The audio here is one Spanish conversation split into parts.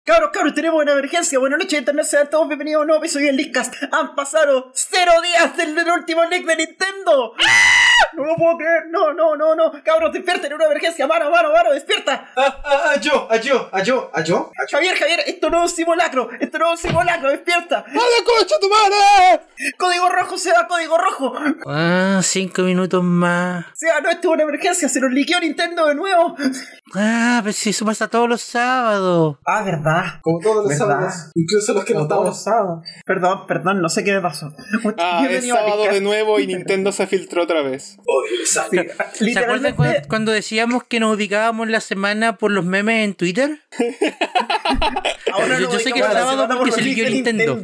Cabros, tenemos una emergencia. Buenas noches, internet, sean todos bienvenidos a un nuevo episodio del Leakcast. Han pasado 0 días del último leak de Nintendo. No lo puedo creer, no. Cabros, despierten, una emergencia, mano, despierta. Javier, esto no es un simulacro, despierta. ¡Vale, concha tu madre! Código rojo, Seba, código rojo. 5 minutos más. Seba, no, esto es una emergencia, se nos liqueó Nintendo de nuevo. Pero si eso pasa todos los sábados. Ah, verdad. Como todos los sábados, incluso los que no estamos. Perdón, no sé qué me pasó. Es sábado de nuevo y Nintendo se filtró otra vez. ¿Se acuerdan cuando decíamos que nos ubicábamos la semana por los memes en Twitter? Ahora yo sé que es sábado porque se liqueó Nintendo.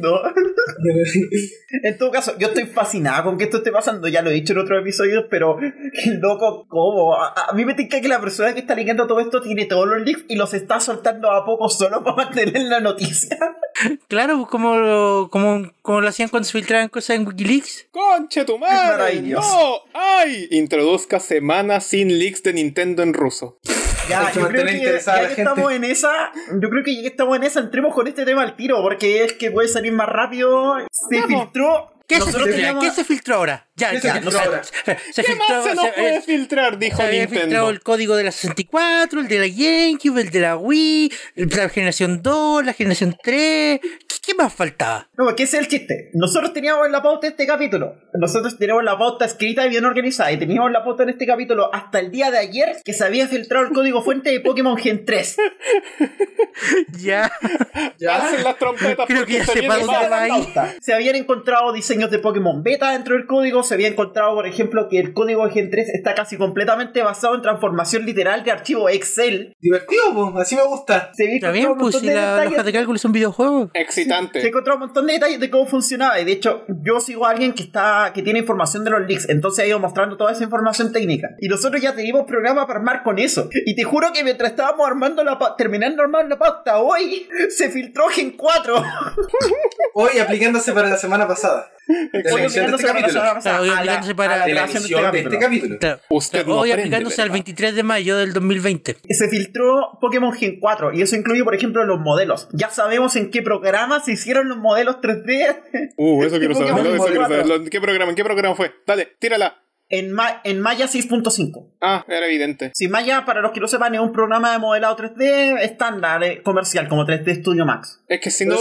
En todo caso, yo estoy fascinada con que esto esté pasando. Ya lo he dicho en otros episodios, pero loco, ¿cómo? A mí me tinca que la persona que está liqueando todo esto tiene todos los leaks y los está soltando a poco solo para mantener la noticia. Claro, como lo hacían cuando se filtraban cosas en Wikileaks. ¡Conche tu madre! ¡No! ¡Ay! Introduzca semanas sin leaks de Nintendo en ruso. Ya, yo creo que ya que estamos en esa, entremos con este tema al tiro, porque es que puede salir más rápido. Se filtró. ¿Qué se filtró ahora? ¿Qué más se nos puede filtrar? Dijo se había Nintendo. Filtrado el código de la 64, el de la GameCube, el de la Wii, la generación 2, la generación 3. ¿Qué más faltaba? No, que ese es el chiste. Nosotros teníamos en la pauta este capítulo. Nosotros teníamos la pauta escrita y bien organizada. Y teníamos la pauta en este capítulo hasta el día de ayer que se había filtrado el código fuente de Pokémon Gen 3. Ya Hacen las trompetas. Creo que ya se pasó de ahí. Se habían encontrado diseños de Pokémon Beta dentro del código. Se había encontrado, por ejemplo, que el código de Gen 3 está casi completamente basado en transformación literal de archivo Excel. Divertido, pues, así me gusta. Está bien, pues si las hojas de cálculo son videojuegos. Excitante. Se encontró un montón de detalles de cómo funcionaba. Y de hecho, yo sigo a alguien que tiene información de los leaks. Entonces ha ido mostrando toda esa información técnica. Y nosotros ya teníamos programa para armar con eso. Y te juro que mientras estábamos terminando de armar la pauta, hoy se filtró Gen 4. Hoy aplicándose para la semana pasada. Hoy aplicándose para la emisión de este capítulo. Hoy aplicándose al 23 de mayo del 2020. Se filtró Pokémon Gen 4 y eso incluye, por ejemplo, los modelos. Ya sabemos en qué programa se hicieron los modelos 3D. Eso quiero saber. ¿En qué programa fue? Dale, tírala. En Maya 6.5. Era evidente. Sí, Maya, para los que no sepan, es un programa de modelado 3D estándar, comercial, como 3D Studio Max. Es que si no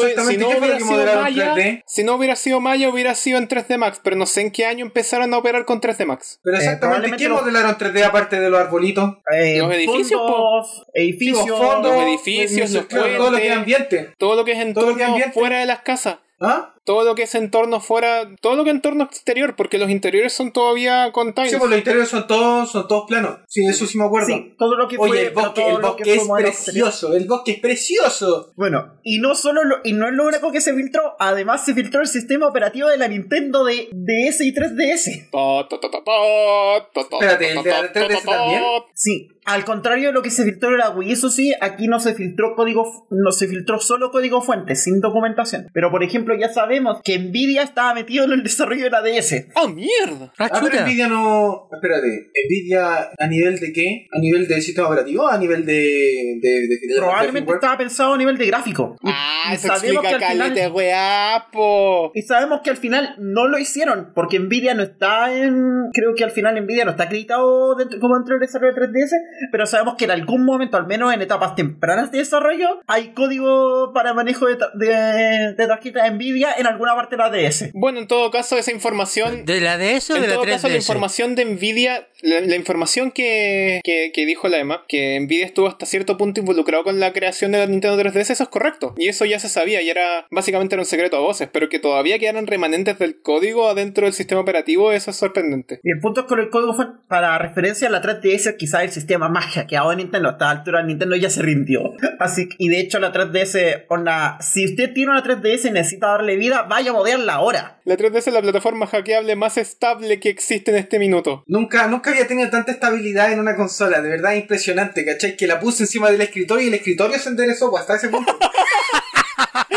hubiera sido Maya, hubiera sido en 3D Max, pero no sé en qué año empezaron a operar con 3D Max. Pero exactamente, ¿qué modelaron 3D aparte de los arbolitos? Los edificios, fondos, los edificios, los puentes, todo lo que es ambiente. Todo lo que es entorno fuera de las casas. Todo lo que es entorno fuera, todo lo que es entorno exterior, porque los interiores son todavía con tiles. Sí, pues los interiores son todos planos. Sí, eso sí me acuerdo. Sí, todo lo que fue. Oye, el bosque es precioso. Bueno, y no es lo único que se filtró, además se filtró el sistema operativo de la Nintendo de DS y 3DS. Espérate, ¿el de la 3DS también? Sí. Al contrario de lo que se filtró en la Wii, eso sí, aquí no se filtró solo código fuente, sin documentación. Pero por ejemplo, ya sabemos que Nvidia estaba metido en el desarrollo de la DS. ¡Oh, mierda! Pero Nvidia no... Espérate, ¿Nvidia a nivel de qué? ¿A nivel de sistema operativo? ¿A nivel de probablemente estaba pensado a nivel de gráfico. Eso explica caleta, weá, po. Y sabemos que al final no lo hicieron, porque Nvidia no está creo que al final Nvidia no está acreditado como dentro del desarrollo de 3DS. Pero sabemos que en algún momento, al menos en etapas tempranas de desarrollo, hay código para manejo de tarjetas Nvidia en alguna parte de la DS. Bueno, en todo caso, esa información... ¿De la DS o de la 3DS? En todo caso, la información de Nvidia... La información que dijo la Emma, que Nvidia estuvo hasta cierto punto involucrado con la creación de la Nintendo 3DS, eso es correcto. Y eso ya se sabía, y básicamente era un secreto a voces, pero que todavía quedaran remanentes del código adentro del sistema operativo, eso es sorprendente. Y el punto es que el código fue, para referencia a la 3DS, quizás el sistema más hackeado de Nintendo. A esta altura Nintendo ya se rindió. Y de hecho la 3DS, si usted tiene una 3DS y necesita darle vida, vaya a modearla ahora. La 3DS es la plataforma hackeable más estable que existe en este minuto. Nunca había tenido tanta estabilidad en una consola, de verdad impresionante, ¿cachai? Que la puse encima del escritorio y el escritorio se enderezó hasta ese punto.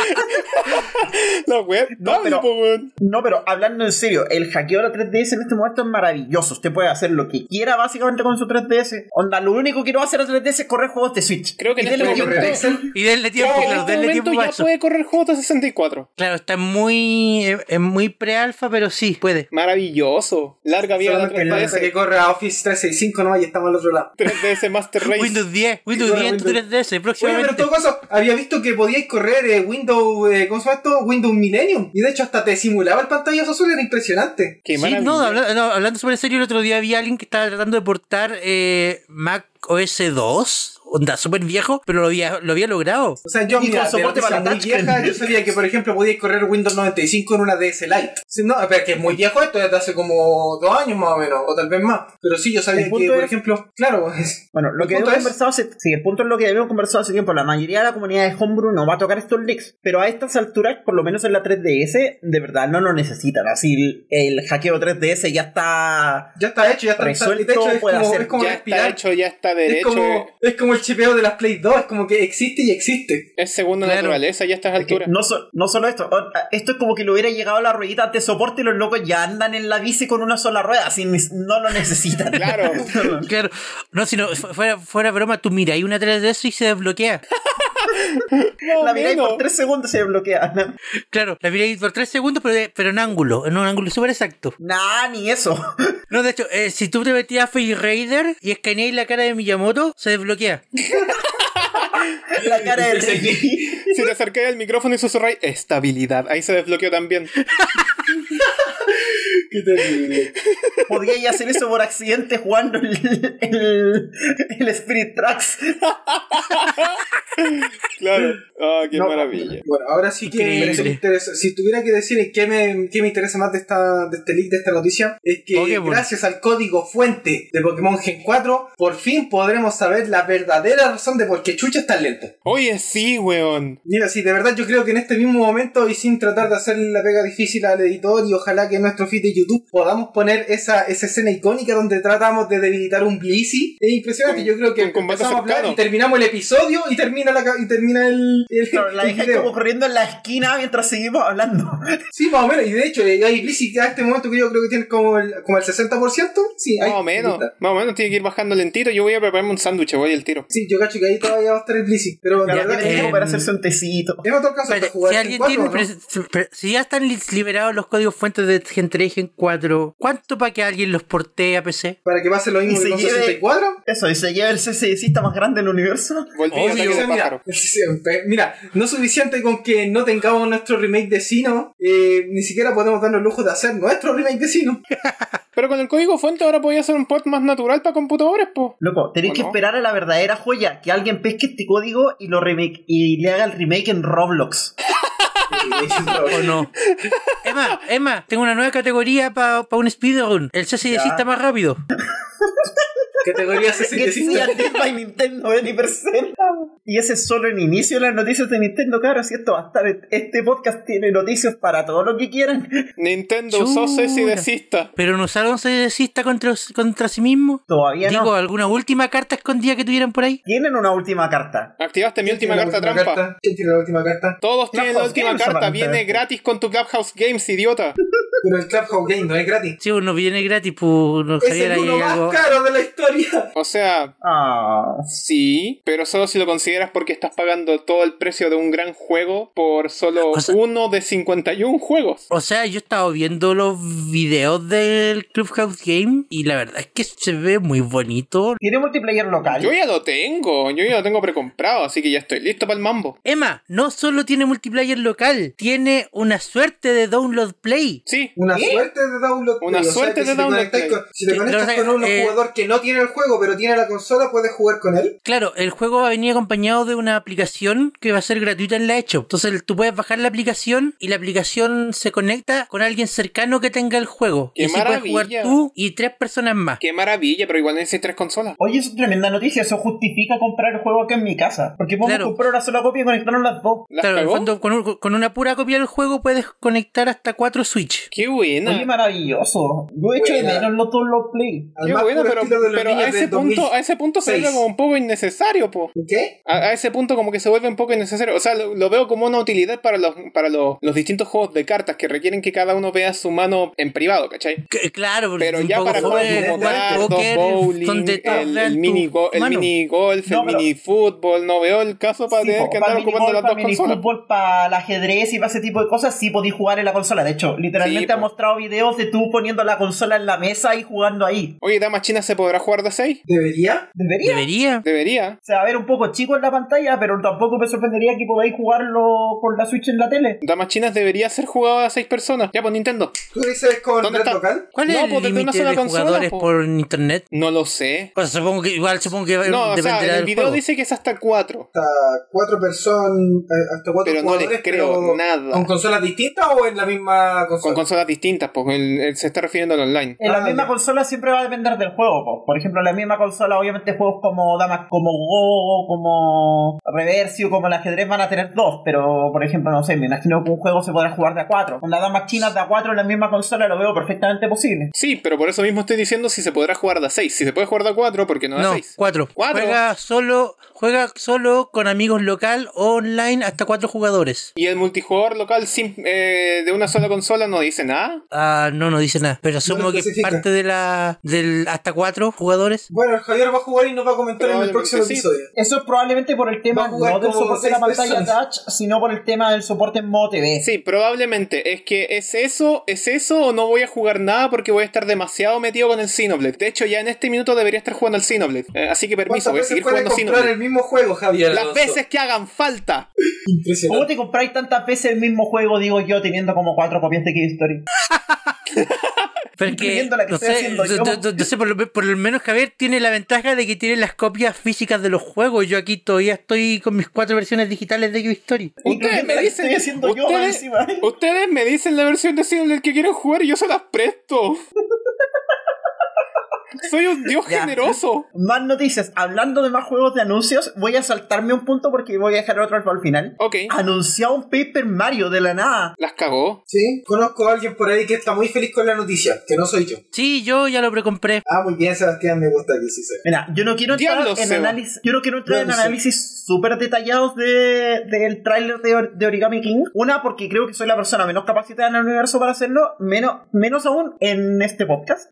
La web, No, pero hablando en serio, el hackeo de la 3DS en este momento es maravilloso. Usted puede hacer lo que quiera básicamente con su 3DS. Onda, lo único que no va a hacer la 3DS es correr juegos de Switch. Creo que en este momento... Y denle tiempo, claro, denle tiempo ya para eso. puede correr juegos de 64. Claro, está es muy pre-alfa, pero sí, puede. Maravilloso. Larga vida a la Parece que 3DS. corre a Office 365 nomás y estamos al otro lado. 3DS Master Race. Windows 10 en tu 3DS Oye, próximamente. pero en todo caso, había visto que podíais correr Windows, ¿cómo se llama esto? Windows Millennium. Y de hecho hasta te simulaba el pantallazo azul, era impresionante. Qué Sí, maravilla. no, hablando súper en serio, el otro día vi a alguien que estaba tratando de portar Mac OS 2, onda súper viejo, pero lo había logrado. O sea, yo, Y mira, con soporte de noticia para muy touchscreen. vieja, yo sabía que, por ejemplo, podíais correr Windows 95 en una DS Lite. Sí, no, pero es que es muy viejo esto, desde hace como 2 años más o menos, o tal vez más. Pero sí, yo sabía El que, punto por es- ejemplo, claro, Bueno, lo El que punto habíamos es- conversado sí, el punto es lo que habíamos conversado hace tiempo. La mayoría de la comunidad de Homebrew no va a tocar estos leaks, pero a estas alturas, por lo menos en la 3DS, de verdad no lo necesitan. Así el hackeo 3DS ya está ya está hecho, ya está resuelto, de hecho, puede hacer. es como Ya respirar. está hecho, ya está Es derecho. como el chipeo de las Play 2, es como que existe y existe. Es segunda Claro. naturaleza ya a estas Es que alturas. no solo esto, esto es como que le hubiera llegado a la ruedita de soporte y los locos ya andan en la bici con una sola rueda, así no lo necesitan. Claro. Claro, no, si no, fuera broma, tú miras, hay una 3DS y se desbloquea. La miráis por 3 segundos y se desbloquea. Claro, la miráis por 3 segundos, pero en un ángulo súper exacto. Nah, ni eso. No, de hecho, si tú te metías a Face Raider y escaneáis la cara de Miyamoto, se desbloquea. La cara del Si te acercáis al micrófono y susurráis estabilidad, ahí se desbloqueó también. Qué terrible. Podíais hacer eso por accidente jugando el Spirit Tracks. Claro. Ah, qué No, maravilla. Bueno, ahora sí que Increíble. me interesa. Si tuviera que decir en qué me interesa más de este leak, de esta noticia, es que Pokémon. gracias al código fuente de Pokémon Gen 4, por fin podremos saber la verdadera razón de por qué Chucha es tan lento. Oye, sí, weón. Mira, sí, de verdad yo creo que en este mismo momento y sin tratar de hacerle la pega difícil al editor y ojalá que en nuestro feed de YouTube podamos poner esa escena icónica donde tratamos de debilitar un Blissey. Es impresionante, Con- yo creo que con combate empezamos a hablar cercano. y terminamos el episodio y termina el Claro, la dejáis video. como corriendo en la esquina mientras seguimos hablando. Sí, más o menos, y de hecho hay Blissey que a este momento que yo creo que tiene como el 60%. Sí, ahí Más o menos. está. Más o menos tiene que ir bajando lentito. Yo voy a prepararme un sándwich, voy al tiro. Sí, yo cacho que ahí todavía va a estar el Blissey. Pero Claro, de verdad tiene que tiempo para hacerse un tecito. en otro caso Espérate, para jugar si en alguien 4, tiene, ¿no? si ya están liberados los códigos fuentes de Gen 3 y Gen 4, ¿cuánto para que alguien los portee a PC? Para que pase lo mismo Y que se con lleve- 64. Eso, y se lleva el CCDcista más grande del universo. Volví a Obvio. ataque de Mira, pájaro. mira, no suficiente con que no tengamos nuestro remake de Sino, ni siquiera podemos darnos el lujo de hacer nuestro remake de Sino. Pero con el código fuente ahora podía hacer un port más natural para computadores, po. Loco, tenéis ¿O que no? esperar a la verdadera joya, que alguien pesque este código y lo remake y le haga el remake en Roblox. ¿O no? Emma, tengo una nueva categoría para un speedrun. El CSI Ya. está más rápido. Categoría Que 65. sea Dead by Nintendo any percent. Y ese es solo el inicio de las noticias de Nintendo, claro, si esto va a estar. Este podcast tiene noticias para todo lo que quieran. Nintendo usó Ceci de Sista. Pero no usaron CSI contra sí mismo. Todavía Digo, no. ¿alguna última carta escondida que tuvieran por ahí? Tienen una última carta. Activaste mi última carta trampa. ¿Quién tiene la última carta? Todos tienen la Clubhouse última Games carta. solamente. Viene gratis con tu Clubhouse Games, idiota. Pero el Clubhouse Game no es gratis. Si uno viene gratis, pues no Es saliera el ahí uno más algo. caro de la historia. O sea, Ah. sí, pero solo si lo consideras porque estás pagando todo el precio de un gran juego por solo O sea- uno de 51 juegos. O sea, yo he estado viendo los videos del Clubhouse Game y la verdad es que se ve muy bonito. ¿Tiene multiplayer local? Yo ya lo tengo precomprado, así que ya estoy listo para el mambo. Emma, no solo tiene multiplayer local, tiene una suerte de download play. Sí, Una suerte de download play. Una O sea, suerte que de si te download conectas play. con- Si te conectas o sea, con un jugador que no tiene el juego, pero tiene la consola, puedes jugar con él. Claro, el juego va a venir acompañado de una aplicación que va a ser gratuita en la Echo. Entonces tú puedes bajar la aplicación y la aplicación se conecta con alguien cercano que tenga el juego. ¡Qué y así puedes jugar maravilla! tú y 3 personas más. qué maravilla, pero igual necesitas 3 consolas. Oye, es tremenda noticia. Eso justifica comprar el juego acá en mi casa. Porque podemos Claro. comprar una sola copia y conectarnos las dos. ¿Las Claro, en el cagó? fondo, con una pura copia del juego puedes conectar hasta 4 Switch. Qué buena. Oye, maravilloso. Yo he hecho de Buena. menos los dos los play. Al Qué más bueno, puro pero, estilo de los pero a niños ese del punto se 2006. vuelve como un poco innecesario, po. ¿Qué? A ese punto como que se vuelve un poco innecesario. O sea, lo veo como una utilidad para los distintos juegos de cartas que requieren que cada uno vea su mano en privado, ¿cachai? Claro, porque Pero un ya poco para jugar juegos como dardos, póker, bowling, donde todos el vean mini tu mano. golf, No, el pero- mini fútbol, no veo el caso para Sí, tener po, que para andar ocupando las para dos consolas. minifútbol, para el ajedrez y para ese tipo de cosas, sí podéis jugar en la consola. De hecho, literalmente Sí, ha po. mostrado videos de tú poniendo la consola en la mesa y jugando ahí. Oye, ¿Damas Chinas se podrá jugar de 6? ¿Debería? ¿Debería? Debería. Debería. Se va a ver un poco chico en la pantalla, pero tampoco me sorprendería que podáis jugarlo con la Switch en la tele. Damas Chinas debería ser jugado a 6 personas. Ya, pues Nintendo. ¿Tú dices con ¿Dónde Red está? Local? ¿Cuál No, es pues, el desde una límite sola de consola, jugadores po. por internet? No lo sé. Pues supongo que No, o sea, dependerá en el del video juego. dice que es hasta 4. Hasta 4 personas, hasta 4 Pero no jugadores, les creo pero nada. ¿con consolas distintas o en la misma Con consola? consolas distintas, pues se está refiriendo al online. En la Ah, misma ya. consola siempre va a depender del juego, po. Por ejemplo, en la misma consola, obviamente, juegos como Damas, como Go, como Reversio, como el ajedrez van a tener 2, pero por ejemplo, no sé, me imagino que un juego se podrá jugar de a 4. Con las Damas chinas de a 4 en la misma consola lo veo perfectamente posible. Sí, pero por eso mismo estoy diciendo si se podrá jugar de a 6. Si se puede jugar de a 4, porque no de a No, 6. 4. ¿Cuatro? Juega solo con amigos local o online hasta 4 jugadores. Y el multijugador local de una sola consola no dice nada. Ah, no dice nada. Pero asumo que es especifica. parte de del hasta 4 jugadores. Bueno, el Javier va a jugar y nos va a comentar en el Probablemente próximo sí. episodio. Eso es probablemente por el tema Va a jugar no del como soporte de la 6 pantalla personas. touch, sino por el tema del soporte en modo TV. Sí, probablemente. Es que es eso o no voy a jugar nada porque voy a estar demasiado metido con el Xenoblade. De hecho, ya en este minuto debería estar jugando al Xenoblade. Así que permiso, ¿Cuántas voy a veces seguir puede jugando comprar Xenoblade. el mismo juego, Javier? Las Alonso? veces que hagan falta. ¿Cómo Impresionante. te compráis tantas veces el mismo juego, digo yo, teniendo como 4 copias de Keystory? Pero Incluyendo la que no estoy haciendo yo. no sé, por lo menos Javier tiene la ventaja de que tiene las copias físicas de los juegos. Yo aquí todavía estoy con mis 4 versiones digitales de History. Ustedes me la que dicen, estoy haciendo yo más encima. ustedes me dicen la versión de Xenoblade que quieren jugar y yo se las presto. Soy un dios Ya. generoso. Más noticias. Hablando de más juegos de anuncios, voy a saltarme un punto porque voy a dejar otro al final. Ok. Anunció un Paper Mario de la nada. Las cagó. Sí, conozco a alguien por ahí que está muy feliz con la noticia, que no soy yo. Sí, yo ya lo precompré. Ah, muy bien, Sebastián, me gusta que sí sea. Mira, yo no quiero entrar Diablos, en Seba. análisis. Yo no quiero entrar en Diablos, análisis súper detallados del tráiler de Origami King. Una, porque creo que soy la persona menos capacitada en el universo para hacerlo. Menos aún en este podcast.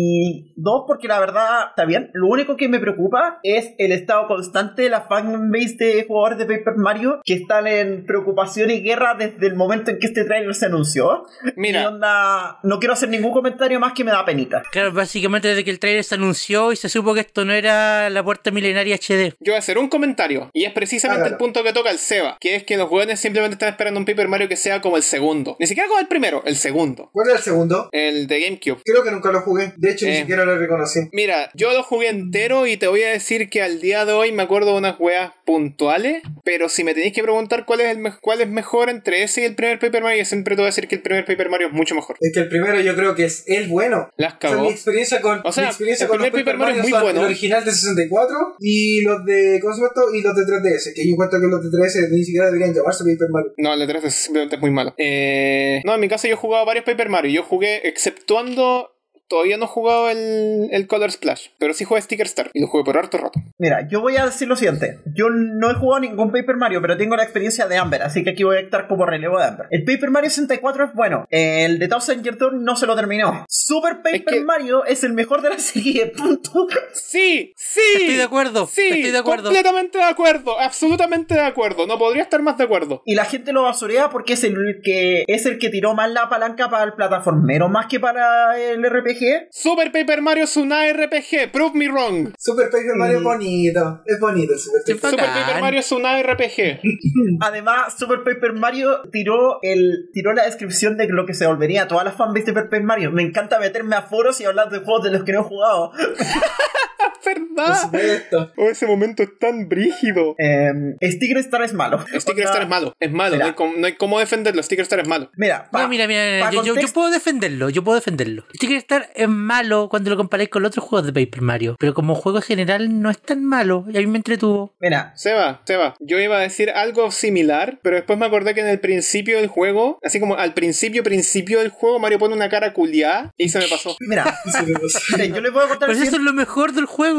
Y dos, porque la verdad, está bien. Lo único que me preocupa es el estado constante de la fanbase de jugadores de Paper Mario que están en preocupación y guerra desde el momento en que este tráiler se anunció. Y Mira, onda, no quiero hacer ningún comentario más que me da penita. Claro, básicamente desde que el trailer se anunció y se supo que esto no era la puerta milenaria HD. yo voy a hacer un comentario. Y es precisamente Hágalo. el punto que toca el Seba. Que es que los jóvenes simplemente están esperando un Paper Mario que sea como el segundo. Ni siquiera como el primero, el segundo. ¿Cuál era el segundo? El de GameCube. Creo que nunca lo jugué. De hecho, ni siquiera lo reconocí. Mira, yo lo jugué entero y te voy a decir que al día de hoy me acuerdo de unas weas puntuales, pero si me tenéis que preguntar cuál es mejor entre ese y el primer Paper Mario, siempre te voy a decir que el primer Paper Mario es mucho mejor. Es que el primero yo creo que es el bueno. Las O sea, cagó. mi experiencia con, O sea, mi experiencia el con los primer Paper Mario es muy son bueno. el original de 64 y los de, ¿cómo se llama esto? Y los de 3DS, que yo encuentro que los de 3DS ni siquiera deberían llamarse Paper Mario. No, el de 3 simplemente es muy malo. No, en mi caso yo he jugado varios Paper Mario. Yo jugué, exceptuando... Todavía no he jugado el Color Splash, pero sí jugué Sticker Star y lo jugué por harto rato. Mira, yo voy a decir lo siguiente. Yo no he jugado ningún Paper Mario, pero tengo la experiencia de Amber, así que aquí voy a estar como relevo de Amber. El Paper Mario 64 es bueno. El de Thousand Year Door no se lo terminó. Super Paper Es que- Mario es el mejor de la serie, punto. ¡Sí! ¡Sí! Estoy de acuerdo, ¡Sí! estoy de acuerdo. Completamente de acuerdo. Absolutamente de acuerdo. No podría estar más de acuerdo. Y la gente lo basurea porque es el que tiró más la palanca para el plataformero, más que para el RPG. Super Paper Mario es un ARPG. Prove me wrong. Super Paper Mario es bonito. Es bonito el Super Sí, Paper Bacán. Super Paper Mario es un ARPG. Además, Super Paper Mario tiró la descripción de lo que se volvería a todas las fanbase de Paper Mario. Me encanta meterme a foros y hablar de juegos de los que no he jugado. Por ¿Verdad? supuesto. Oh, ese momento es tan brígido. Sticker Star es malo. Sticker Star es malo. Es malo. Mira. No hay cómo defenderlo. Sticker Star es malo. Mira, No, mira, yo puedo defenderlo, Sticker Star es malo cuando lo comparáis con los otros juegos de Paper Mario, pero como juego general no es tan malo y a mí me entretuvo. Mira, Seba, yo iba a decir algo similar, pero después me acordé que en el principio del juego, así como al principio del juego, Mario pone una cara culiada y se me pasó. mira, Sí, me pasó. yo les voy a contar Pero eso es lo mejor del juego.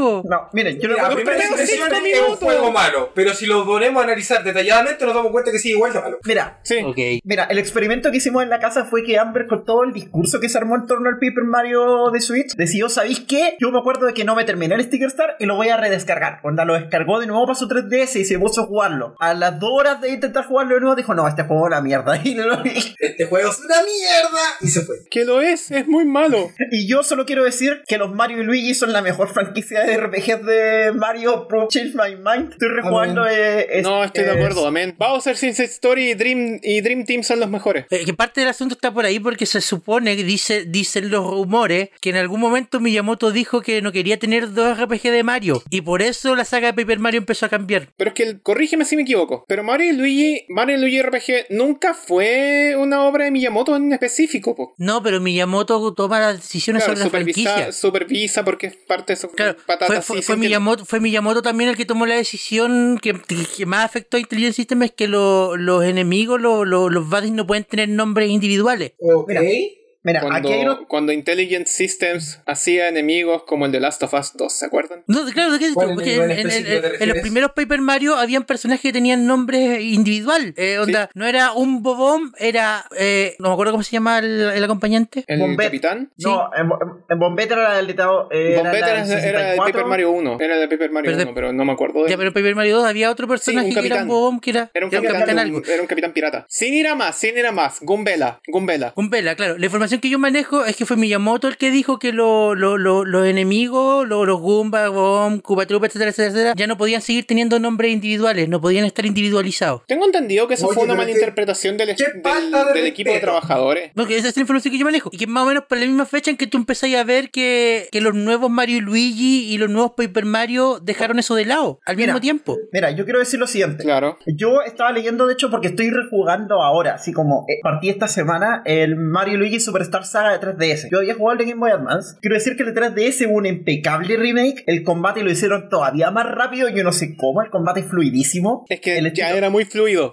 po. No, miren, yo Mira, no a primera primeros impresión 5 es un minutos. juego malo, pero si lo ponemos a analizar detalladamente nos damos cuenta que sí, igual de malo. Mira, Sí. Ok. mira, el experimento que hicimos en la casa fue que Amber, con todo el discurso que se armó en torno al Paper Mario de Switch, decidió, ¿sabéis qué? Yo me acuerdo de que no me terminé el Sticker Star y lo voy a redescargar. Onda, lo descargó de nuevo para su 3DS y se puso a jugarlo. A las 2 horas de intentar jugarlo de nuevo, dijo, no, este juego es una mierda. Este juego es una mierda y se fue. Que lo es muy malo. Y yo solo quiero decir que los Mario y Luigi son la mejor franquicia de RPGs de Mario. Pro Change My Mind. Estoy rejugando. No, estoy de acuerdo, amén. Bowser, Sunset Story y Dream Team son los mejores. Que parte del asunto está por ahí porque se supone, dicen los rumores, que en algún momento Miyamoto dijo que no quería tener 2 RPG de Mario. Y por eso la saga de Paper Mario empezó a cambiar. Pero es que, corrígeme si me equivoco, pero Mario y Luigi RPG nunca fue una obra de Miyamoto en específico, po. No, pero Miyamoto toma las decisiones Claro, sobre la franquicia. supervisa porque es parte de su Claro, patata. fue Miyamoto también el que tomó la decisión que más afectó a Intelligent System, es que los enemigos, los baddies no pueden tener nombres individuales. Ok. Mira, aquí hay unos. Cuando Intelligent Systems hacía enemigos como el de Last of Us 2, ¿se acuerdan? No, claro, ¿qué es esto? ¿Cuál Porque enemigo en específico te en los refieres? primeros Paper Mario habían personajes que tenían nombres individual. Onda, no era un Bobón, era. No me acuerdo cómo se llama el acompañante. ¿El Bombette. capitán? No, en Bombette era el de Bombette era de Paper Mario 1. Era de Paper Mario Pero 1, pero no me acuerdo de Ya, pero en Paper Mario 2 había otro personaje un que era capitán. un Bobón, que era Era un capitán capitán, algo. era un capitán pirata. Sin ir a más. Gumbella. Con Vela, claro. La información que yo manejo es que fue Miyamoto el que dijo que los enemigos, los Goomba, Bomb, Koopa Troopa, etcétera, ya no podían seguir teniendo nombres individuales, no podían estar individualizados. Tengo entendido que eso Oye, fue una pero mala qué- interpretación del qué falta de del equipo de respeto. trabajadores. Porque esa es la información que yo manejo. Y que más o menos por la misma fecha en que tú empezáis a ver que los nuevos Mario y Luigi y los nuevos Paper Mario dejaron eso de lado al Mira. mismo tiempo. Mira, yo quiero decir lo siguiente. Claro. Yo estaba leyendo, de hecho, porque estoy rejugando ahora, así como partí esta semana, el Mario y Luigi Superstar Saga de 3DS. Yo había jugado el de Game Boy Advance. Quiero decir que el de 3DS hubo un impecable remake. El combate lo hicieron todavía más rápido. Yo no sé cómo, el combate es fluidísimo. Es que El ya estilo- era muy fluido.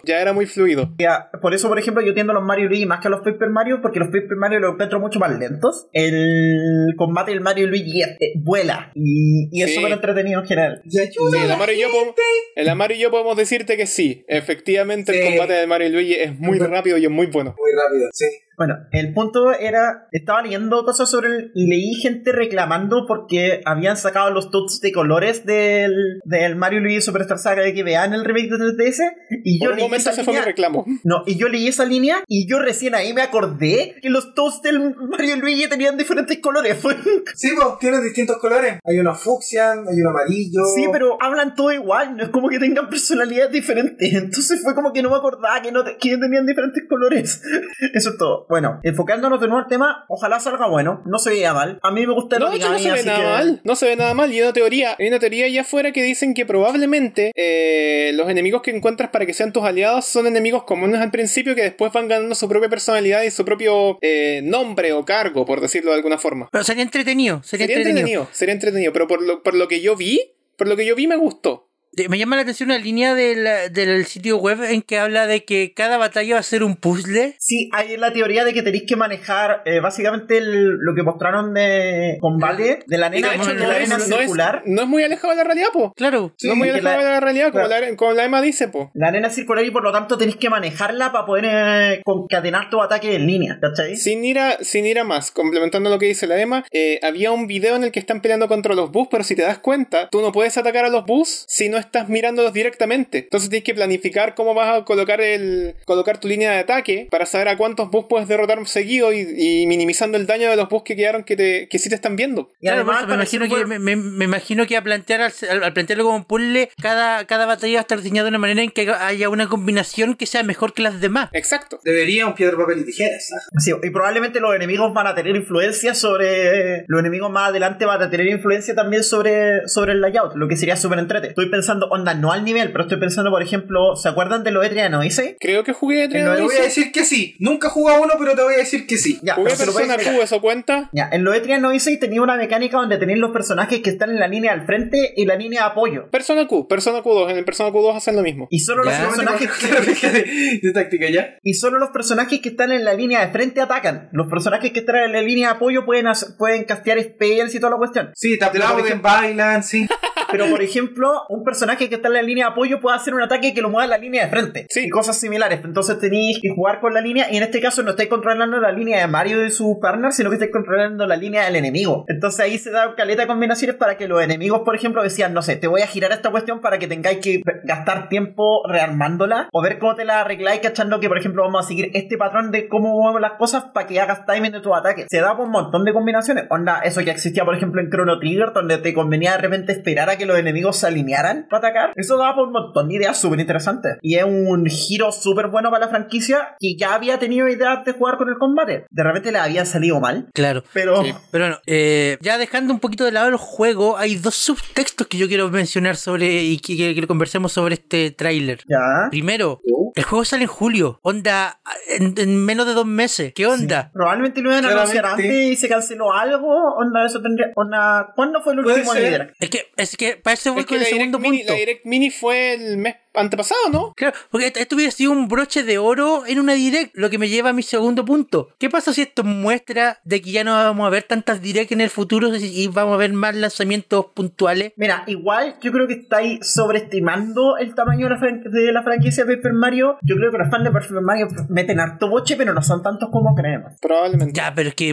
Por eso, por ejemplo, yo tiendo a los Mario y Luigi más que a los Paper Mario, porque los Paper Mario los encuentro mucho más lentos. El combate del Mario y Luigi vuela. Y es Sí. súper entretenido en general. Y ayuda Sí, a el la Mario y yo gente. el Mario y yo podemos decirte que sí. Efectivamente, Sí. el combate de Mario y Luigi es muy rápido y es muy bueno. Muy rápido, sí. Bueno, el punto era, estaba leyendo cosas sobre y leí gente reclamando porque habían sacado los tuts de colores del Mario y Luigi Superstar Saga de GBA en el remake de 3DS y yo Por un leí momento esa ese fue mi línea. reclamo. No, y yo leí esa línea y yo recién ahí me acordé que los toads del Mario y Luigi tenían diferentes colores. Sí, pues, tienen distintos colores. Hay uno fucsia, hay uno amarillo. Sí, pero hablan todo igual, no es como que tengan personalidades diferentes. Entonces fue como que no me acordaba que tenían diferentes colores. Eso es todo. Bueno, enfocándonos de nuevo al tema, ojalá salga bueno. No se veía mal. A mí me gusta el No, de hecho no origami, se ve así nada que- mal. No se ve nada mal. Y hay una teoría allá afuera que dicen que probablemente los enemigos que encuentras para que sean tus aliados son enemigos comunes al principio que después van ganando su propia personalidad y su propio nombre o cargo, por decirlo de alguna forma. Pero sería entretenido. Sería entretenido. Pero por lo que yo vi me gustó. Me llama la atención una línea del sitio web en que habla de que cada batalla va a ser un puzzle. Sí, hay la teoría de que tenéis que manejar básicamente lo que mostraron de combate de la Y nena, de hecho de la arena circular. no es muy alejado de la realidad, po. Claro. Sí, No es muy que alejado de la realidad, como la Emma dice, po. La arena circular y por lo tanto tenéis que manejarla para poder concatenar tu ataque en línea, ¿cachai? Sin ir a más, complementando lo que dice la Emma, había un video en el que están peleando contra los bus, pero si te das cuenta, tú no puedes atacar a los bus si no estás mirándolos directamente. Entonces tienes que planificar cómo vas a colocar tu línea de ataque para saber a cuántos bus puedes derrotar seguido y minimizando el daño de los bus que quedaron que sí te están viendo. Y Claro, además, por eso me imagino que al plantearlo como un puzzle, cada batalla va a estar diseñada de una manera en que haya una combinación que sea mejor que las demás. Exacto. Debería un piedra, papel y tijeras. sí, y probablemente los enemigos van a tener influencia sobre... Los enemigos más adelante van a tener influencia también sobre el layout, lo que sería súper entrete. Estoy pensando pensando, onda, no al nivel, pero estoy pensando, por ejemplo, ¿se acuerdan de los Etrian Odyssey? Creo que jugué Te voy a decir que sí. Nunca he jugado uno, pero te voy a decir que sí. Ya, Jugué pero se lo Persona podéis- Q, ¿eso cuenta? Ya, en los Etrian Odyssey tenía una mecánica donde tenían los personajes que están en la línea al frente y la línea de apoyo. Persona Q2, en el Persona Q2 hacen lo mismo. Y solo los Ya. personajes de táctica ya. y solo los personajes que están en la línea de frente atacan. Los personajes que están en la línea de apoyo pueden castear spells y toda la cuestión. Sí, te aplauden, bailan, sí. Pero por ejemplo, un personaje que está en la línea de apoyo puede hacer un ataque que lo mueva en la línea de frente. Sí. Y cosas similares. Entonces tenéis que jugar con la línea. Y en este caso no estáis controlando la línea de Mario y de su partner, sino que estáis controlando la línea del enemigo. Entonces ahí se da caleta de combinaciones para que los enemigos, por ejemplo, decían, no sé, te voy a girar esta cuestión para que tengáis que gastar tiempo rearmándola. O ver cómo te la arregláis, cachando que, por ejemplo, vamos a seguir este patrón de cómo movemos las cosas para que hagas timing de tus ataques. Se da por un montón de combinaciones. Onda, eso que existía, por ejemplo, en Chrono Trigger, donde te convenía de repente esperar a que los enemigos se alinearan para atacar. Eso daba por un montón de ideas súper interesantes. Y es un giro súper bueno para la franquicia que ya había tenido ideas de jugar con el combate. De repente le habían salido mal. Claro. Pero... Sí. Pero bueno, ya dejando un poquito de lado el juego, hay dos subtextos que yo quiero mencionar sobre y que conversemos sobre este tráiler. Ya. Primero, el juego sale en julio. Onda, en menos de 2 meses. ¿Qué onda? Probablemente lo iban a anunciar Claramente. antes y se canceló algo. Onda, eso tendría... Onda, ¿cuándo fue el Puede último ser. líder? Es que para eso voy Es que con el segundo punto. La Direct Mini fue el mes antepasado, ¿no? Claro, porque esto hubiera sido un broche de oro en una direct, lo que me lleva a mi segundo punto. ¿Qué pasa si esto muestra de que ya no vamos a ver tantas direct en el futuro y vamos a ver más lanzamientos puntuales? Mira, igual yo creo que estáis sobreestimando el tamaño de la franquicia de Paper Mario. Yo creo que los fans de Paper Mario meten harto boche, pero no son tantos como creemos. Probablemente. Ya, pero es que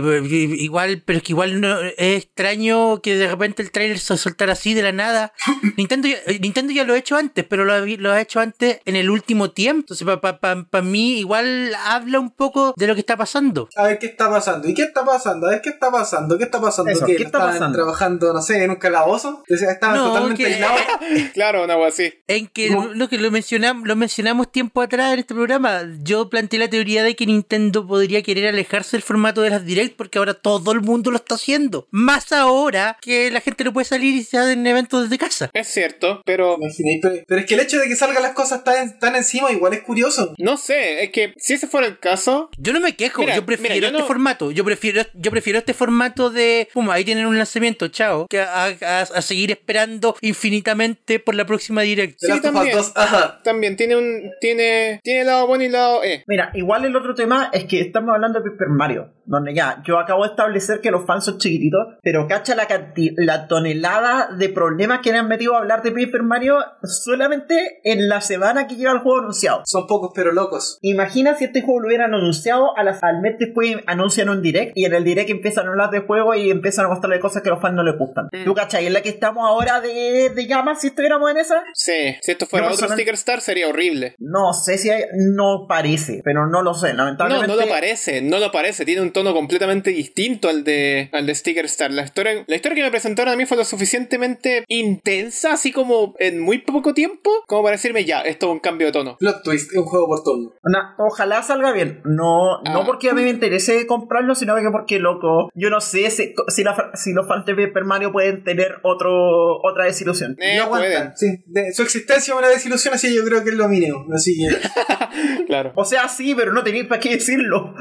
igual no, es extraño que de repente el trailer se soltara así de la nada. Nintendo ya lo ha hecho antes, pero lo ha hecho antes en el último tiempo. Entonces, para mí, igual habla un poco de lo que está pasando. A ver qué está pasando. ¿Y qué está pasando? A ver qué está pasando. ¿Qué está pasando? Eso, ¿Qué ¿qué está estaban pasando? trabajando, no sé, en un calabozo? O sea, estaban No, totalmente que- aislados. Claro, una wea así. En que No. lo mencionamos tiempo atrás en este programa. Yo planteé la teoría de que Nintendo podría querer alejarse del formato de las Direct porque ahora todo el mundo lo está haciendo. Más ahora que la gente no puede salir y se hacen eventos desde casa. Es cierto, pero Imaginéis, pero es que el hecho de que salgan las cosas tan encima igual es curioso. no sé, es que si ese fuera el caso, Yo no me quejo, Mira, yo prefiero yo este no- formato. Yo prefiero este formato de pum, ahí tienen un lanzamiento, chao. Que a seguir esperando infinitamente por la próxima Direct. The Sí, Last of Us también. 2, ajá. también tiene el lado bueno y el lado Mira, igual el otro tema es que estamos hablando de Paper Mario, donde ya, yo acabo de establecer que los fans son chiquititos, pero cacha la tonelada de problemas que le han metido a hablar de Paper Mario solamente en la semana que lleva el juego anunciado. Son pocos pero locos. Imagina si este juego lo hubieran anunciado al mes después anuncian un direct y en el direct empiezan a hablar de juego y empiezan a mostrarle cosas que a los fans no les gustan. ¿Tú cachai? En la que estamos ahora de llamas, si estuviéramos en esa, Sí, si esto fuera Yo otro personal- Sticker Star sería horrible. no sé si hay, no parece, pero no lo sé, No, lamentablemente. no lo parece, tiene un tono completamente distinto al de Sticker Star. La historia que me presentaron a mí fue lo suficientemente intensa, así como en muy poco tiempo, como para decirme ya, esto es un cambio de tono. Plot twist, es un juego por turno. Ojalá salga bien. No porque a mí me interese comprarlo, sino que porque, loco, yo no sé si los fans de Paper Mario pueden tener otra desilusión. Y aguantan, Pueden. sí. Su existencia es una desilusión, así yo creo que es lo mínimo. Así que. Claro. O sea, sí, pero no tenéis para qué decirlo.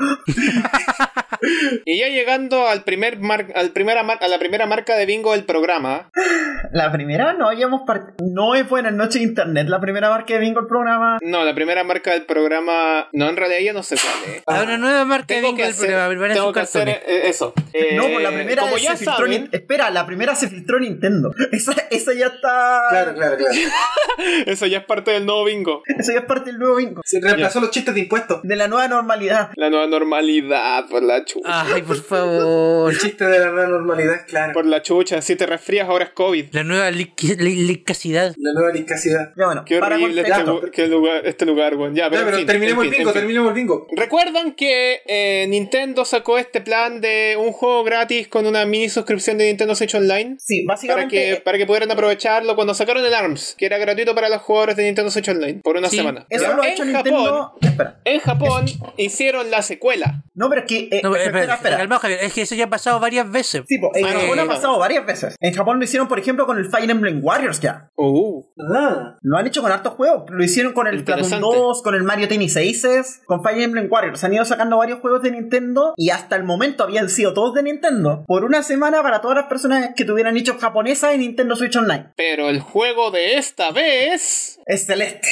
Y ya llegando a la primera marca de bingo del programa. La primera no no es Buenas noches Internet. La primera marca de bingo del programa. No, la primera marca del programa. No, en realidad ya no sé cuál es. Ahora una nueva marca de Tengo bingo que del hacer, programa, van a tengo sus que hacer cartones. eso. No, pues la primera como se ya filtró. saben, Espera, la primera se filtró Nintendo. Esa ya está. Claro. eso ya es parte del nuevo bingo. Eso ya es parte del nuevo bingo. Se reemplazó los chistes de impuestos. De la nueva normalidad. La nueva normalidad, por la chucha. Ay, por favor. El chiste de la nueva normalidad, claro. Por la chucha, si te resfrías ahora es COVID. La nueva licacidad. La nueva liscacidad. Ya bueno, Qué para horrible contexto. este lugar, weón. Ya, Ya, pero, pero en fin, terminemos en el fin, bingo, en fin. terminemos el bingo. ¿Recuerdan que Nintendo sacó este plan de un juego gratis con una mini suscripción de Nintendo Switch Online? Sí, básicamente. Para que pudieran aprovecharlo cuando sacaron el ARMS, que era gratuito para los jugadores de Nintendo Switch Online por una Sí, semana. Eso Pero lo ha hecho Nintendo. Espera. En Japón hicieron la secuela. No, pero es que... No, espera. calmado, Javier, es que eso ya ha pasado varias veces. Sí, en Japón ha no. pasado varias veces. En Japón lo hicieron, por ejemplo, con el Fire Emblem Warriors ya. Lo han hecho con hartos juegos. Lo hicieron con el Splatoon Interesante. 2, con el Mario Tennis Aces, con Fire Emblem Warriors. Han ido sacando varios juegos de Nintendo y hasta el momento habían sido todos de Nintendo por una semana para todas las personas que tuvieran nichos japonesas en Nintendo Switch Online. Pero el juego de esta vez... Es Celeste.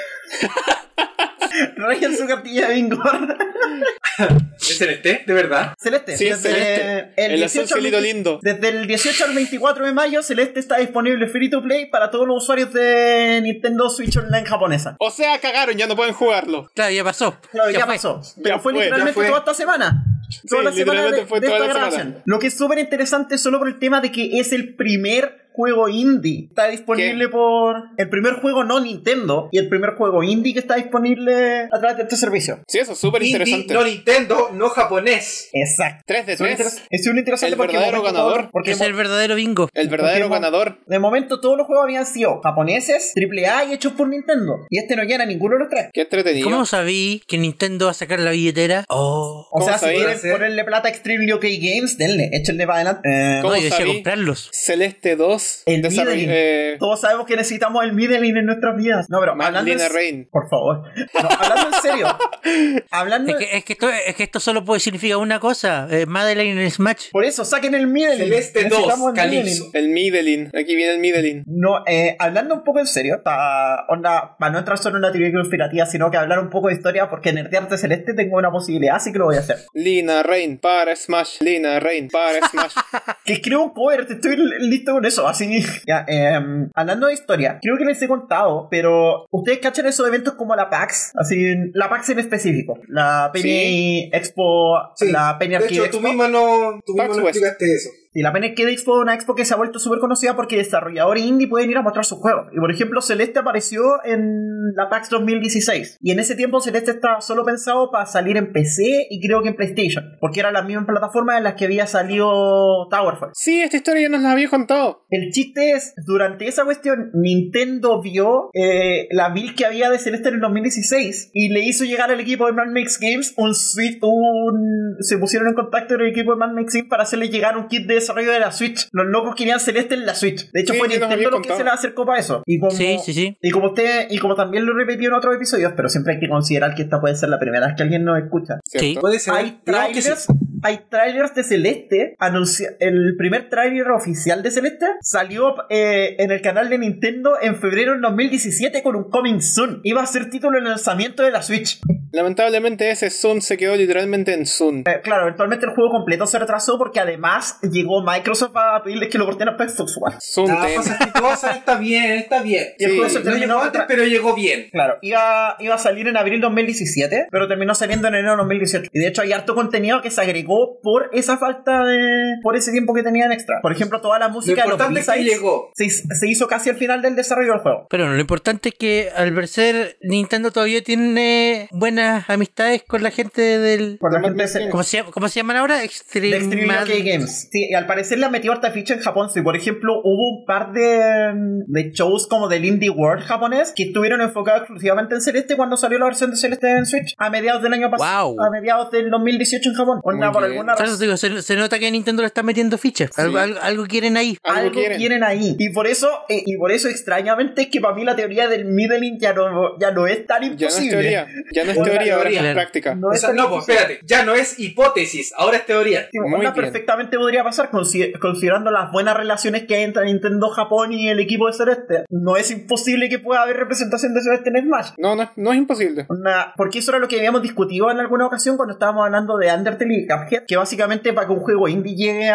Rayan su cartilla de bingo. ¿Es Celeste? ¿De verdad? Celeste. Sí, es Celeste. El azul 18 al cielito 20 lindo. Desde el 18 al 24 de mayo, Celeste está disponible free to play para todos los usuarios de Nintendo Switch Online japonesa. O sea, cagaron, ya no pueden jugarlo. Claro, ya pasó. Claro, ya fue. pasó. Pero Ya fue fue, literalmente ya fue. toda esta semana. Toda la semana literalmente de fue esta toda la semana. grabación. Lo que es súper interesante solo por el tema de que es el primer juego indie. Está disponible por... El primer juego no Nintendo y el primer juego indie que está disponible a través de este servicio. Sí, eso es súper Indie, interesante. no Nintendo, no japonés. Exacto. 3 de Es súper 3. interesante El porque de verdadero momento ganador. todo- porque Es el verdadero bingo. El verdadero Porque ganador. de momento todos los juegos habían sido japoneses, AAA y hechos por Nintendo. Y este no llena ninguno de los tres. Qué entretenido. ¿Cómo sabí que Nintendo va a sacar la billetera? Oh. O ¿Cómo sea, si sabía quieren hacer? ponerle plata a Extreme UK Games, denle, échenle para adelante. ¿Cómo No, yo decía sabí? comprarlos. Celeste 2. El desarroll- Middling. Todos sabemos que necesitamos el middling en nuestras vidas. No, pero hablando Magdalena en... Rain. Por favor. No, hablando en serio. Hablando... Es que esto solo puede significar una cosa. Madeline en Smash. Por eso, saquen el middling. Celeste 2, Necesitamos el Calypso. middling. El Midelin. Aquí viene el Midelin. No, hablando un poco en serio, para no entrar solo en una teoría conspirativa, sino que hablar un poco de historia, porque en Nerdearte Celeste tengo una posibilidad, así que lo voy a hacer. Lina Rain para Smash. Lina Rain para Smash. Que escribo un cover, estoy listo con eso, así. Ya, hablando de historia, creo que les he contado, pero ustedes cachan esos eventos como la PAX, así, la PAX en específico, la Penny Expo, Sí. la Penny De Arcade hecho, Expo. tú mismo no Pax West. explicaste eso. Y la Penny Arcade Expo es una expo que se ha vuelto súper conocida porque desarrolladores indie pueden ir a mostrar sus juegos. Y por ejemplo, Celeste apareció en la PAX 2016. Y en ese tiempo Celeste estaba solo pensado para salir en PC y creo que en PlayStation. Porque eran las mismas plataformas en las que había salido Towerfall. Sí, esta historia ya nos la había contado. El chiste es, durante esa cuestión, Nintendo vio la build que había de Celeste en el 2016 y le hizo llegar al equipo de Mad Max Games se pusieron en contacto con el equipo de Mad Max Games para hacerle llegar un kit de desarrollo de la Switch. Los locos querían Celeste en la Switch. De hecho, Sí, fue sí, nos había Nintendo lo que contado. se le acercó para eso. Y como, Sí. Y como también lo repetí en otros episodios, pero siempre hay que considerar que esta puede ser la primera vez que alguien nos escucha. ¿Cierto? Puede ser. Hay Digamos que sí. trailers de Celeste. El primer trailer oficial de Celeste salió en el canal de Nintendo en febrero del 2017 con un Coming Soon. Iba a ser título de lanzamiento de la Switch. Lamentablemente ese Sun se quedó literalmente en Sun. Claro, eventualmente el juego completo se retrasó porque además llegó Microsoft a pedirles que lo portaran para Xbox One. Sun Las TM. cosas exitosas está bien. Y el Sí, juego se No terminó llegó antes, pero llegó bien. Claro, iba a salir en abril 2017, pero terminó saliendo en enero 2018. Y de hecho hay harto contenido que se agregó por esa falta de... por ese tiempo que tenían extra. Por ejemplo, toda la Lo música de los importante es que B-sides llegó. se hizo casi al final del desarrollo del juego. Pero no, lo importante es que al parecer Nintendo todavía tiene buenas amistades con la gente del... Por la gente de ¿Cómo se llaman ahora? Extreme UK Games. Sí, y al parecer le han metido harta ficha en Japón. Sí, por ejemplo, hubo un par de shows como del Indie World japonés que estuvieron enfocados exclusivamente en Celeste cuando salió la versión de Celeste en Switch a mediados del año pasado. Wow. A mediados del 2018 en Japón. Onda, por bien. alguna Claro, razón. digo, se nota que Nintendo le está metiendo fichas. Sí. Algo quieren ahí. Algo Algo quieren. quieren ahí. Y por eso extrañamente, es que para mí la teoría del middling ya no es tan Ya no es imposible. teoría. Ya no es Bueno, teoría, ahora es claro. práctica. No O es sea, tan no, pues imposible. espérate. Ya no es hipótesis, ahora es teoría. Sí, Muy onda, bien. perfectamente podría pasar considerando las buenas relaciones que hay entre Nintendo Japón y el equipo de Celeste. No es imposible que pueda haber representación de Celeste en Smash. No es imposible. Porque eso era lo que habíamos discutido en alguna ocasión cuando estábamos hablando de Undertale y Cuphead, que básicamente para que un juego indie llegue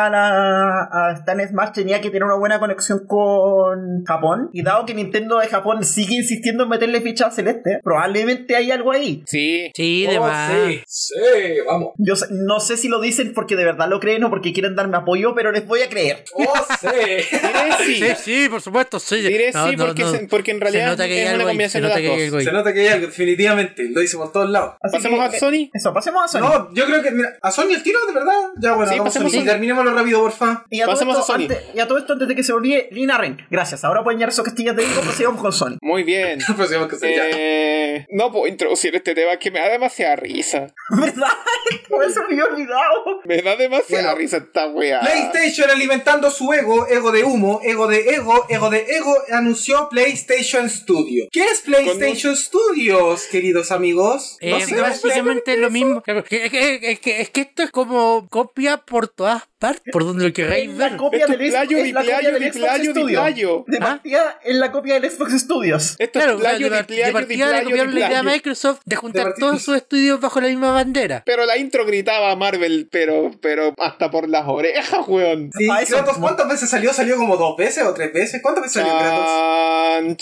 a estar en Smash tenía que tener una buena conexión con Japón, y dado que Nintendo de Japón sigue insistiendo en meterle ficha a Celeste, probablemente hay algo ahí. Sí. Sí, de Oh, más. sí, vamos. Yo no sé si lo dicen porque de verdad lo creen o porque quieren darme apoyo, pero les voy a creer. Oh, sí. Diré sí. Sí, por supuesto, sí. Diré No, sí no, porque, no. porque en realidad Se nota que hay es una algo ahí, combinación se de nota las que hay dos. algo ahí. Se nota que hay algo, definitivamente. Lo dice por todos lados. Así Pasemos que, a Sony. Eso, pasemos a Sony. No, yo creo que, mira, a Sony el tiro, de verdad? Ya, bueno, Sí, vamos a pasemos Sony. a- Terminémoslo rápido, porfa. Y a, todo Pasemos esto, a Sony. y a todo esto, antes de que se olvide, Lina Ren. Gracias. Ahora pueden llenar esos castillos de Vigo, pues sigamos con Sony. Muy bien. Pues digamos que sí, ya. No puedo introducir este tema que me da demasiada risa. ¿Verdad? Por eso me había olvidado. Me da demasiada Bueno. risa esta weá. PlayStation alimentando su ego de humo, ego de ego, anunció PlayStation Studio. ¿Qué es PlayStation Studios, queridos amigos? Básicamente lo mismo. Claro, es que esto es como copia por todas partes, por donde lo queráis Es la ver. copia Esto del es playo, es la copia diplayo, del Xbox diplayo, Studio. diplayo. De partida es la copia del Xbox Studios. Esto Claro, es playo, de diplayo, partida le diplayo, copiaron la idea a diplayo. Microsoft de juntar partida. todos sus estudios bajo la misma bandera. Pero la intro gritaba Marvel, pero hasta por las orejas, weón. Sí, Ah, eso. Kratos, ¿cuántas veces salió? ¿Salió como 2 veces o 3 veces? ¿Cuántas veces salió Kratos?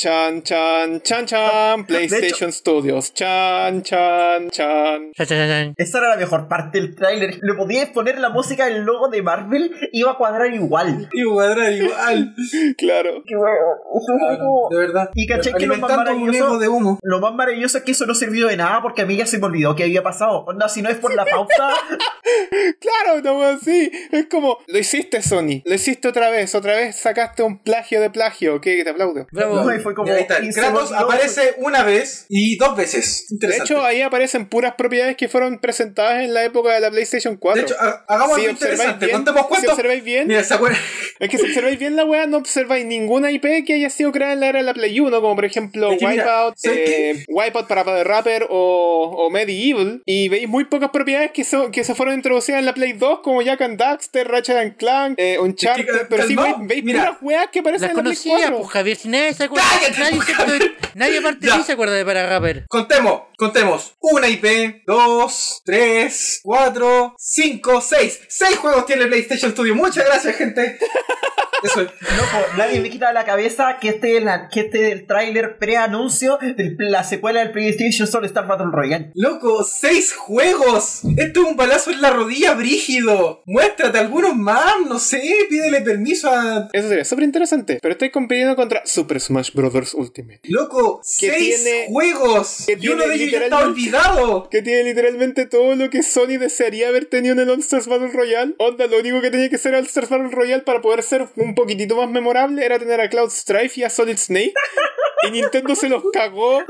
Chan. PlayStation Studios. Chan. Chan, chan, chan. Esa era la mejor parte del tráiler. Le podías poner la música del logo de Marvel, iba a cuadrar igual. Igual. Claro. Qué bueno. De verdad. Y caché que lo más Alimentando un maravilloso- ego de humo. Lo más maravilloso es que eso no sirvió de nada porque a mí ya se me olvidó que había pasado. Onda, si no es por la pauta, Claro, no así. Es como, lo hiciste, Sony. Lo hiciste otra vez sacaste un plagio de plagio. ¿Qué? Te aplaudo. Bravo. no, y fue como. Y ahí está. y se me Kratos olvidó. aparece una vez y 2 veces. De Interesante. hecho, ahí aparecen puras propiedades que fueron presentadas en la época de la PlayStation 4. De hecho, hagamos Si algo observáis interesante. bien- Contemos si cuántos. observáis bien, Mira, ¿se acuerdan? es que si observáis bien la weá, no observáis ninguna IP que haya sido creada en la era de la Play 1, como por ejemplo Es que mira, Wipeout, ¿sabes Wipeout para Padre Rapper o Medieval, y veis muy pocas propiedades que se fueron introducidas en la Play 2, como Jak and Daxter, Ratchet and Clank, Uncharted, Es que, pero sí calmao, veis mira, puras weas que aparecen Las en la Play conocía, 4. pues Javier, si nadie se acuerda. ¡Cállate, Nadie, pues, se- Javier! nadie aparte de Ya. mí se acuerda de Para Rapper. Contemos. 1 IP, 2, 3, 4, 5, 6. 6 juegos tiene PlayStation Studio. Muchas gracias, gente. Eso es. Loco, nadie me quita de la cabeza que este es el tráiler pre-anuncio de la secuela del PlayStation All Star Battle Royale. Loco, 6 juegos. Esto es un balazo en la rodilla, brígido. Muéstrate algunos más, no sé, pídele permiso a... Eso sería súper interesante. Pero estoy compitiendo contra Super Smash Bros. Ultimate. Loco, Que 6 tiene- juegos. que Y uno tiene de ellos ya está literalmente- olvidado. Que tiene literalmente todo lo que Sony desearía haber tenido en el All Stars Battle Royale. Onda, lo único que tenía que ser All Stars Battle Royale para poder ser un poquitito más memorable era tener a Cloud Strife y a Solid Snake. Y Nintendo se los cagó,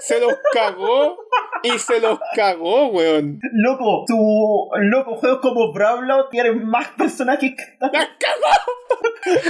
weón. Loco, juegos como Brawlhalla tienen más personajes que ¡La cagó!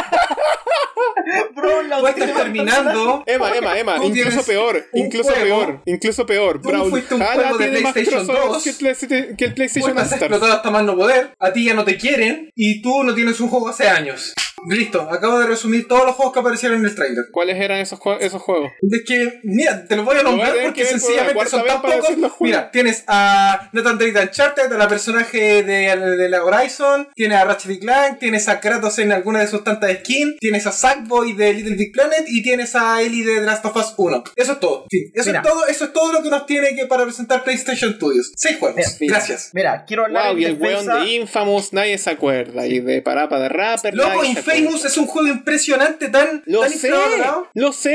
Brawlhalla Tú estás tiene más terminando. Emma, Tú incluso tienes peor, un incluso peor. Tú fuiste un Brawlhalla juego de tiene más PlayStation crossovers 2. que el PlayStation Tú All estás Stars. explotado hasta más no poder. A ti ya no te quieren. Y tú no tienes un juego hace años. Listo, acabo de resumir todos los juegos que aparecieron en el trailer. ¿Cuáles eran esos juegos? Es que, mira, te los voy a Lo voy a nombrar tener porque que ver por sencillamente la son cuarta tan vez para pocos. decir los juegos. Mira, tienes a Nathan Drake de Uncharted, a la personaje de la Horizon, tienes a Ratchet y Clank, tienes a Kratos en alguna de sus tantas skins, tienes a Sackboy de Little Big Planet y tienes a Ellie de The Last of Us 1. Eso es todo. En fin, Mira. eso es todo lo que nos tiene que para presentar PlayStation Studios. 6 juegos. Mira, Gracias. Mira, quiero hablar Wow, y en el weón defensa. de Infamous, nadie se acuerda. Y de Parapa de Rapper, Loco, nadie se acuerda. Infamous es un juego impresionante, tan Lo infravalorado.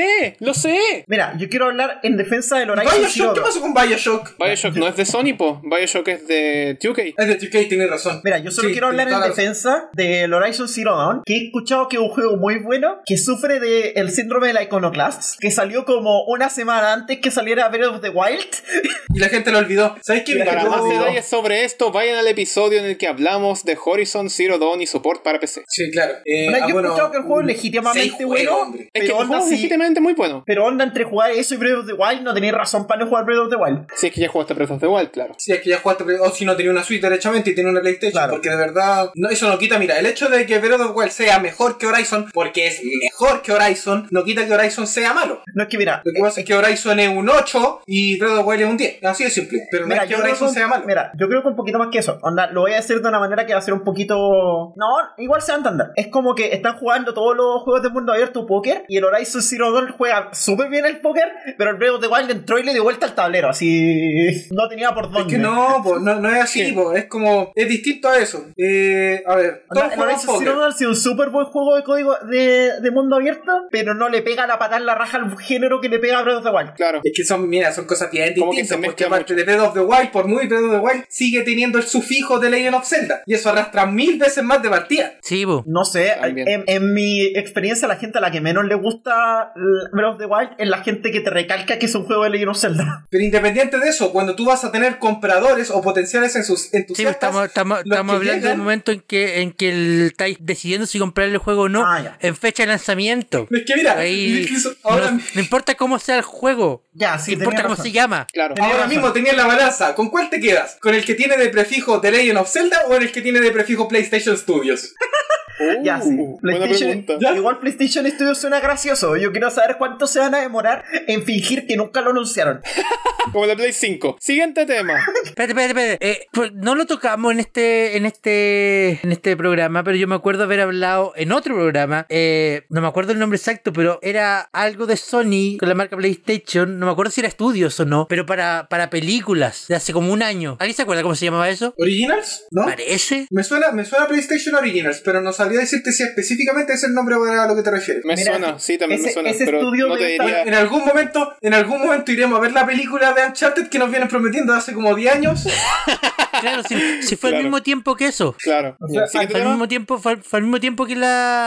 sé. Mira, yo quiero hablar en defensa del Horizon Zero Bioshock, ¿qué Dawn. pasó con Bioshock? Bioshock no es de Sony, po. Bioshock es de 2K. Es de 2K, tienes razón. Mira, yo solo Sí, quiero hablar tienes en toda la defensa del Horizon Zero Dawn, que he escuchado que es un juego muy bueno, que sufre del síndrome de la Iconoclast, que salió como una semana antes que saliera Breath of the Wild. Y la gente lo olvidó. ¿Sabes qué? Y la Para gente más lo olvidó. detalles sobre esto, vayan al episodio en el que hablamos de Horizon Zero Dawn y support para PC. Sí, claro. Bueno, yo he escuchado que el juego es legítimamente 6 juegos, bueno, hombre. Es que pero el juego onda, es sí, legítimamente muy bueno. pero onda entre jugar eso y Breath of the Wild no tenéis razón para no jugar Breath of the Wild. Si es que ya jugaste Breath of the Wild, claro. Si es que ya jugaste, o si no tenía una Switch derechamente y tiene una PlayStation, Claro. porque de verdad, no, eso no quita, mira, el hecho de que Breath of the Wild sea mejor que Horizon, porque es mejor que Horizon, no quita que Horizon sea malo. No es que mira, Lo que pasa es que Horizon es un 8 y Breath of the Wild es un 10. Así de simple. Pero no mira, es que yo creo Horizon que sea malo. mira, yo creo que un poquito más que eso. Onda, lo voy a decir de una manera que va a ser un poquito. No, igual se va a entender. Es como que están jugando todos los juegos de mundo abierto póker y el Horizon Zero Dawn juega súper bien el póker, pero el Breath of the Wild entró y le dio vuelta al tablero, así no tenía por dónde. Es que no, po, no es así, Sí. po, es como, es distinto a eso. A ver, todos Onda, el juegan Horizon Zero póker. Dawn ha sido un súper buen juego de código de mundo abierto, pero no le pega la patada en la raja al género que le pega a Breath of the Wild. Claro. Es que son cosas bien Como que distintas, se porque mezcla aparte de Breath of the Wild, por muy Breath of the Wild, sigue teniendo el sufijo de Legend of Zelda. Y eso arrastra 1000 veces más de partida. Sí, po. No sé, También. en mi experiencia, la gente a la que menos le gusta Breath of the Wild es la gente que te recalca que es un juego de Legend of Zelda. Pero independiente de eso, cuando tú vas a tener compradores o potenciales Sí, entusiastas, estamos hablando de un momento en que estáis decidiendo si comprar el juego o no Ya. en fecha de lanzamiento. Es que mira, Ahí incluso ahora, no importa cómo sea el juego, Ya, sí, no importa tenía cómo razón. se llama. Claro. Tenía ahora razón. mismo tenías la balanza. ¿Con cuál te quedas? ¿Con el que tiene de prefijo The Legend of Zelda o en el que tiene de prefijo PlayStation Studios? Ya, sí. Buena pregunta. Igual PlayStation Studios suena gracioso. Yo quiero saber cuánto se van a demorar en fingir que nunca lo anunciaron. Como la Play 5. Siguiente tema. Espérate. Pues no lo tocamos en este programa, pero yo me acuerdo haber hablado en otro programa. No me acuerdo el nombre exacto, pero era algo de Sony con la marca PlayStation. No me acuerdo si era Studios o no, pero para películas de hace como un año. ¿Alguien se acuerda cómo se llamaba eso? ¿Originals? ¿No? Parece. Me suena PlayStation Originals, pero no sabría decirte si específicamente es el nombre a lo que te refieres. Me Mira, suena, sí, también me ese- suena. ese Pero estudio no te debe estar- diría. En algún momento iremos a ver la película de Uncharted que nos vienen prometiendo hace como 10 años. Claro, si fue Claro. al mismo tiempo que eso. Claro. O sea, Siguiente Fue al tema. mismo tiempo, fue al mismo tiempo que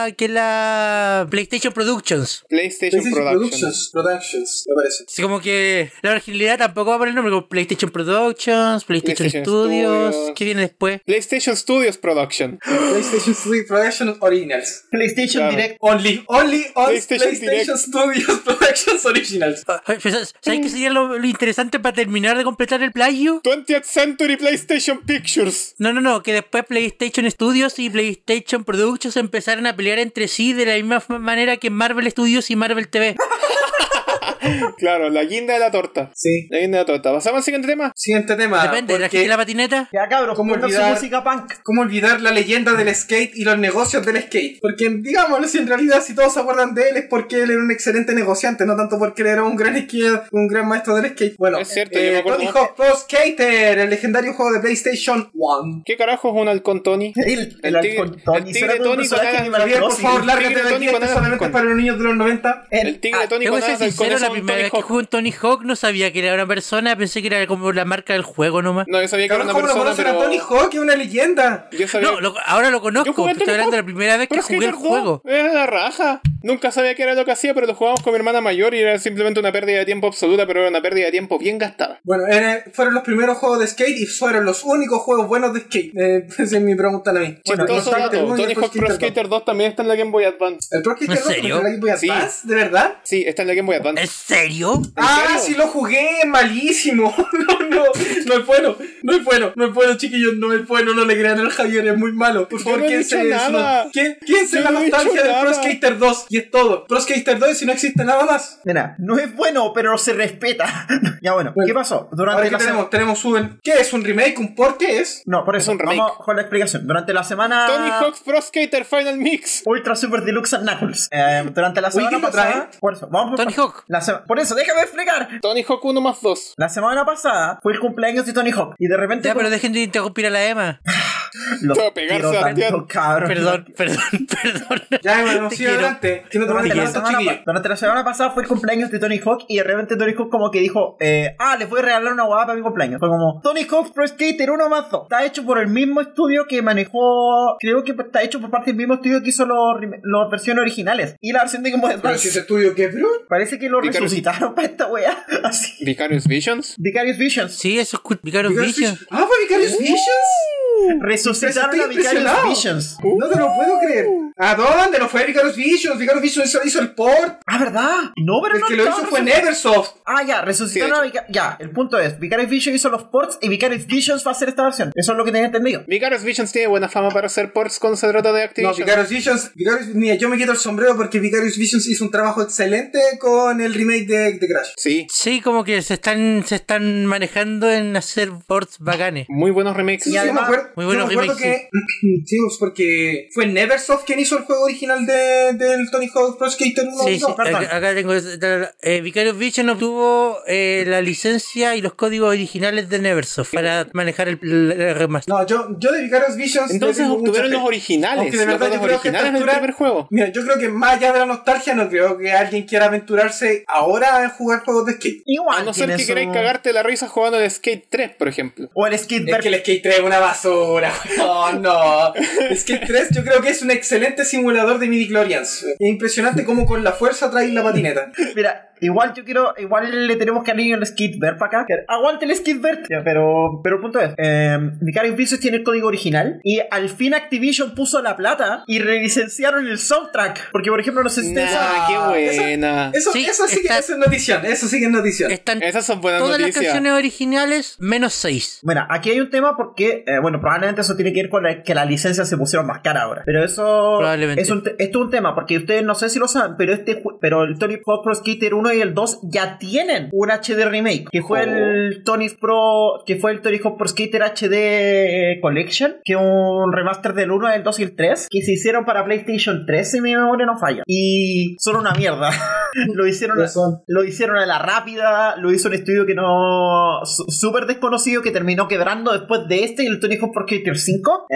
la PlayStation Productions. PlayStation Productions. Productions, me parece. Así como que la originalidad tampoco va por el nombre, como PlayStation Productions, PlayStation Studios. ¿Qué viene después? PlayStation Studios Production. PlayStation Studios Productions Originals. PlayStation Claro. Direct. Only on PlayStation PlayStation Studios Productions Originals. ¿Sabes qué sería lo interesante para terminar de completar el plagio? 20th Century PlayStation Pictures. No, que después PlayStation Studios y PlayStation Productions empezaran a pelear entre sí de la misma manera que Marvel Studios y Marvel TV. Claro, la guinda de la torta. Sí. La guinda de la torta. ¿Pasamos al siguiente tema? Siguiente tema. Depende, ¿la porque gente la patineta? Ya, cabros, ¿Cómo pongan su olvidar? música punk. ¿Cómo olvidar la leyenda del skate y los negocios del skate? Porque, digámoslo, si en realidad si todos se acuerdan de él es porque él era un excelente negociante, no tanto porque él era un gran skier, un gran maestro del skate. Bueno, Es cierto, yo me acuerdo Tony más Hawk Pro Skater, el legendario juego de PlayStation 1. ¿Qué carajo es un halcón Tony? El halcón Tony. el tigre Suena como un Tony personaje con Animal Javier, por Crossing. favor, lárgate de Tigre aquí, Tony con esto alas de solamente es halcón. para los niños de los 90. El tigre Tony Tengo con que ser alas de halcón. sincero, Es la un primera Tony vez que Hawk. jugué un Tony Hawk no sabía que era una persona, pensé que era como la marca del juego nomás. No, yo sabía que era Cabrón, una ¿cómo no persona, conocen a pero... Tony Hawk? Es una leyenda. Yo sabía... No, ahora lo Yo conozco, jugué estoy hablando de la primera vez que Pro jugué el Skater 2. juego. Era la raja. Nunca sabía qué era lo que hacía, pero lo jugábamos con mi hermana mayor y era simplemente una pérdida de tiempo absoluta, pero era una pérdida de tiempo bien gastada. Bueno, fueron los primeros juegos de skate y fueron los únicos juegos buenos de skate. Esa es mi pregunta a mí. Bueno, Chistoso Skater dato, 1 y Tony el Hawk Pro Skater 2 también está en la Game Boy Advance. ¿El Pro Skater ¿En 2 serio? de la Game Boy Sí. Advance? ¿De verdad? Sí, está en la Game Boy Advance. ¿En serio? Ah, serio? sí lo jugué, malísimo. No es bueno, chiquillos, no es bueno, no le crean al Javier, es muy malo. Por Yo favor, no he quédense dicho eso. nada. Quédense Yo la no he nostalgia dicho del Pro nada. Skater 2 y es todo. Pro Skater 2 y no existe nada más. Mira, no es bueno, pero se respeta. Ya bueno, Bueno, ¿qué pasó? Durante Ahora, ¿qué la tenemos? Tenemos un... ¿Qué es? ¿Un remake? ¿Un port? ¿Qué es? No, por eso, un remake. vamos con la explicación. Durante la semana... Tony Hawk's Pro Skater Final Mix. Ultra Super Deluxe and Knuckles. Durante la Oye, semana ¿quién lo pasada... trae? Por eso, vamos por Tony Hawk. Por eso, déjame explicar. Tony Hawk 1 más 2. La semana pasada fue el cumpleaños de Tony Hawk. Y de repente... Ya, pero dejen de interrumpir a la Emma. Los Te va a pegar, quiero Sebastián. tanto, cabrón. Perdón. Ya, bueno, Te sigue quiero. adelante. Que no te Durante la, tanto, semana, chiquillo. durante la semana pasada fue el cumpleaños de Tony Hawk y de repente Tony Hawk como que dijo, les voy a regalar una guapa para mi cumpleaños. Fue como, Tony Hawk Pro Skater 1 más 2. Está hecho por el mismo estudio que manejó, creo que está hecho por parte del mismo estudio que hizo las versiones originales. Y la versión de Game Boy Pero si Advance. ese estudio, ¿qué, bro? Parece que lo Vicarious- resucitaron para esta wea. Así. Vicarious Visions. Vicarious Visions. Sí, eso es Vicarious Vision. Ah, ¿fue Vicarious Visions? Resucitaron Estoy a Vicarious impresionado. Visions. No te lo puedo creer. ¿A dónde? No fue Vicarious Visions. Vicarious Visions hizo el port. Ah, ¿verdad? No, pero El no que lo estaba hizo fue resucitado. Neversoft. Ah, ya, resucitaron Sí, de a Ya, el punto es, Vicarious Visions hizo los ports y Vicarious Visions va a hacer esta versión. Eso es lo que tenía entendido. Vicarious Visions tiene buena fama para hacer ports cuando se trata de No, Activision. Vicarious Visions, mira, yo me quito el sombrero porque Vicarious Visions hizo un trabajo excelente con el remake de Crash. Sí, Sí, como que se están manejando en hacer ports bacanes. muy buenos remakes. Y además, Muy buenos yo me acuerdo remakes, que sí, pues porque fue Neversoft quien hizo el juego original del Tony Hawk Pro Skater 1. Sí, sí, acá tengo. Vicarious Vision obtuvo la licencia y los códigos originales de Neversoft para manejar el remaster. No, yo de Vicarious Visions. Entonces obtuvieron los originales. Aunque de verdad yo creo que originales del primer juego. Mira, yo creo que más allá de la nostalgia, no creo que alguien quiera aventurarse ahora en jugar juegos de skate. Igual A no ser tiene que su- queráis cagarte la risa jugando el Skate 3, por ejemplo. O el Skate Es que el Skate 3 es una basura. No. Skate 3 yo creo que es un excelente simulador de midichlorians. Es impresionante cómo con la fuerza trae la patineta. Mira, igual le tenemos cariño al Skidbird para acá. Aguante el Skidbird. Ya, pero el punto es, Vicarious Visions tiene el código original y al fin Activision puso la plata y relicenciaron el soundtrack. Porque, por ejemplo, no sé si ustedes Nah, qué buena. Eso sí que eso es notición. Eso sí que es notición. Están Esas son buenas todas noticias. las canciones originales menos 6. Bueno, aquí hay un tema porque, probablemente eso tiene que ver con que la licencia se pusieron más cara ahora. Pero eso Probablemente. esto es un tema, porque ustedes no sé si lo saben, pero el Tony Hawk Pro Skater 1 y el 2 ya tienen un HD remake, que fue el Tony Hawk Pro Skater HD Collection, que es un remaster del 1, del 2 y el 3, que se hicieron para PlayStation 3, si mi memoria no falla. Y son una mierda. Lo hicieron a la rápida, lo hizo un estudio que no... súper desconocido, que terminó quebrando después de este y el Tony Hawk Pro Skater 5.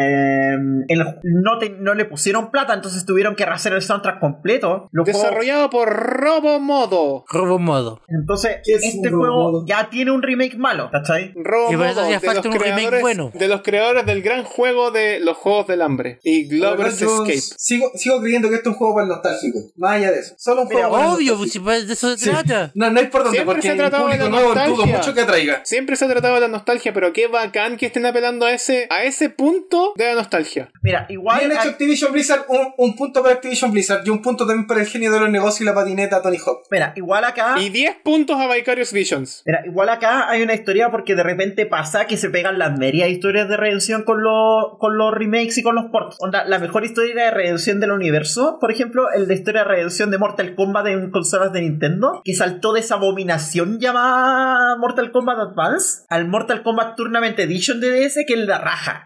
No le pusieron plata, entonces tuvieron que rehacer el soundtrack completo. Desarrollado por Robomodo. Robomodo. Entonces, ¿Qué es este un juego Robomodo? ya tiene un remake malo, ¿cachai? Y por eso Robomodo, hacía de falta los un remake creadores, bueno. de los creadores del gran juego de los Juegos del Hambre y La Glover's verdad, yo Escape. sigo creyendo que esto es un juego para el nostálgico. Más allá de eso. Solo un juego para el Obvio, nostálgico. pues si de eso se Sí. trata. No hay por dónde, Siempre porque se ha el tratado de público la nuevo dudo nostalgia. mucho que atraiga. Siempre se ha tratado de la nostalgia, pero qué bacán que estén apelando a ese punto de la nostalgia. Mira, igual... Bien hecho Activision Blizzard, un punto para Activision Blizzard y un punto también para el genio de los negocios y la patineta Tony Hawk. Mira, igual acá... Y 10 puntos a Vicarious Visions. Mira, igual acá hay una historia porque de repente pasa que se pegan las medias historias de redención con los remakes y con los ports. Onda, la mejor historia de redención del universo, por ejemplo, el de historia de redención de Mortal Kombat en consolas de Nintendo, que saltó de esa abominación llamada Mortal Kombat Advance al Mortal Kombat Tournament Edition de DS, que es la raja.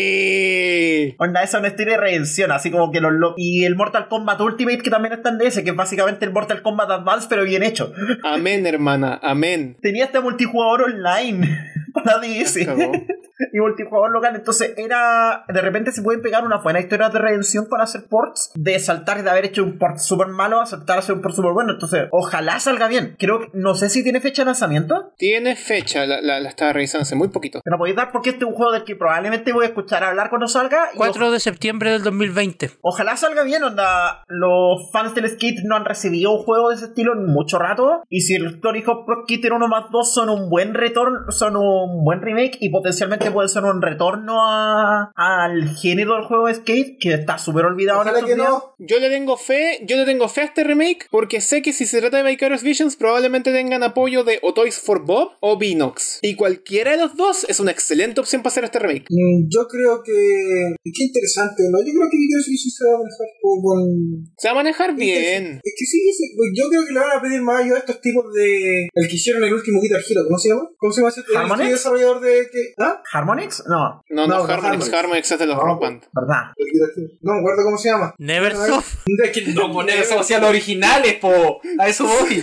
Sí. Onda, esa es una historia de redención, así como que y el Mortal Kombat Ultimate, que también está en DS, que es básicamente el Mortal Kombat Advance, pero bien hecho. Amén, hermana. Amén. Tenía este multijugador online para DS. Cagó. Y multijugador local, entonces de repente se pueden pegar una buena historia de redención para hacer ports, de saltar de haber hecho un port súper malo a saltar a hacer un port súper bueno. Entonces ojalá salga bien. No sé si tiene fecha de lanzamiento. Tiene fecha, la estaba revisando hace muy poquito. Pero podéis dar porque este es un juego del que probablemente voy a escuchar hablar cuando salga. Y 4 de septiembre del 2020. ojalá salga bien, onda. Los fans del skate no han recibido un juego de ese estilo en mucho rato. Y si el Tony Hawk Pro Skater 1 más 2 son un buen retorno, son un buen remake y potencialmente puede ser un retorno al género del juego de skate, que está súper olvidado en Ojalá estos que días. no. Yo le tengo fe a este remake porque sé que si se trata de Vicarious Visions probablemente tengan apoyo de o Toys for Bob o Beanox. Y cualquiera de los dos es una excelente opción para hacer este remake. Yo creo que... Qué interesante, ¿no? Yo creo que Vicarious Visions se va a manejar con... Se va a manejar bien. Es que sí, yo creo que le van a pedir más ayuda a estos tipos de... El que hicieron el último Guitar Hero, ¿cómo se llama? ¿Cómo se llama ese ¿Harmonix? el desarrollador de que... ¿Ah? ¿Harmonix? No, No, Harmonix. Harmonix es de los Rock Band. verdad. El Guitar Hero. No me acuerdo cómo se llama. Neversoft. Es que no poner eso hacia los originales, po. A eso voy.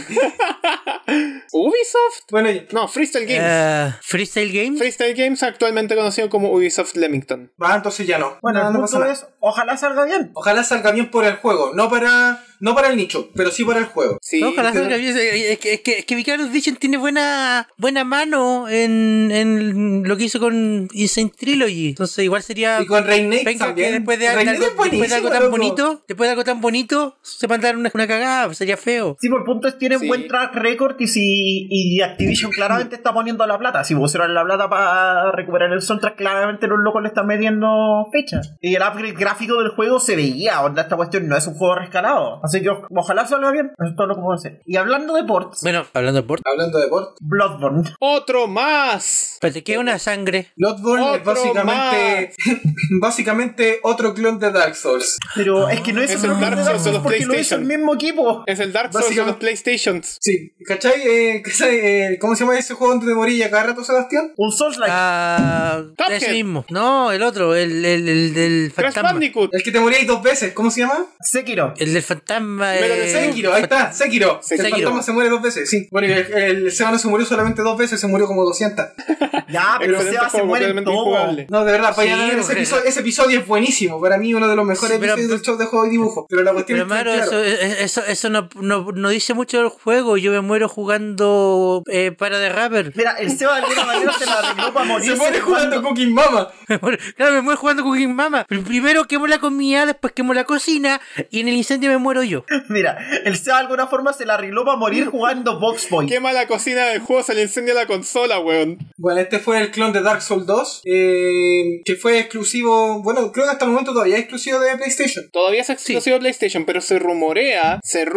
¿Ubisoft? Bueno, No, Freestyle Games. Freestyle Games. Freestyle Games, actualmente conocido como Ubisoft Leamington. entonces ya no. Bueno, no, el no pasa punto nada. es, ojalá salga bien. Ojalá salga bien por el juego, no para el nicho, pero sí para el juego. Sí, No, ojalá salga bien. Es que Vicarious Vision tiene buena mano en lo que hizo con Insane Trilogy. Entonces igual sería... Y con Rainate Venga, también. que después de Rainate es algo buenísimo, tan loco. bonito, se mandaron una cagada, pues sería feo. Sí, por el punto es tienen Sí. buen track record y Activision claramente está poniendo la plata. Si pusieron la plata para recuperar el soundtrack, claramente los locos le están metiendo fecha. Y el upgrade gráfico del juego se veía, onda, esta cuestión no es un juego rescalado. Así que ojalá salga bien. Eso es todo lo que puedo decir. Y hablando de ports, Bueno, hablando de port. Hablando de port, Bloodborne. ¡Otro más! Espérate, ¿qué es una sangre? Bloodborne es Otro básicamente otro clon de Dark Souls. Pero es que no es Es un el Dark de Souls de los porque lo hizo el PlayStation. mismo equipo. Es el Dark Souls de los Básicamente- PlayStations. Sí, ¿cachai? ¿Cómo se llama ese juego donde te morías cada rato, Sebastián? Un Souls-like. Cuphead. Ese mismo. No, el otro, el del Crash fantasma. Bandicoot. El que te morías 2 veces, ¿cómo se llama? Sekiro. El del fantasma. Metal Gear Sekiro, ahí está, Sekiro. El Sekiro. fantasma se muere 2 veces, sí. Bueno, y el Seba no se murió solamente 2 veces, se murió como 200. Ya, pero Excelente Seba se juego, muere en totalmente todo. injugable. No, de verdad, vayan Sí, a ver ese porque- episodio. Ese episodio es buenísimo. Para mí, uno de los mejores Sí, pero- episodios del show de juego y dibujo. Pero la cuestión Pero es que, Maro, claro, eso no dice mucho del juego. Yo me muero jugando para de rapper. Mira, el Seba de alguna manera se la arregló para morirse se muere jugando Cooking Mama. Claro, me muero jugando Cooking Mama. Primero quemo la comida, después quemo la cocina y en el incendio me muero yo. Mira, el Seba de alguna forma se la arregló para morir jugando Box Boy. Quema la cocina del juego, se le incendia la consola, weón. Bueno, este fue el clon de Dark Souls 2. Que fue exclusivo. Bueno, creo que hasta el momento todavía es exclusivo de PlayStation. Todavía es exclusivo de PlayStation, pero se rumorea,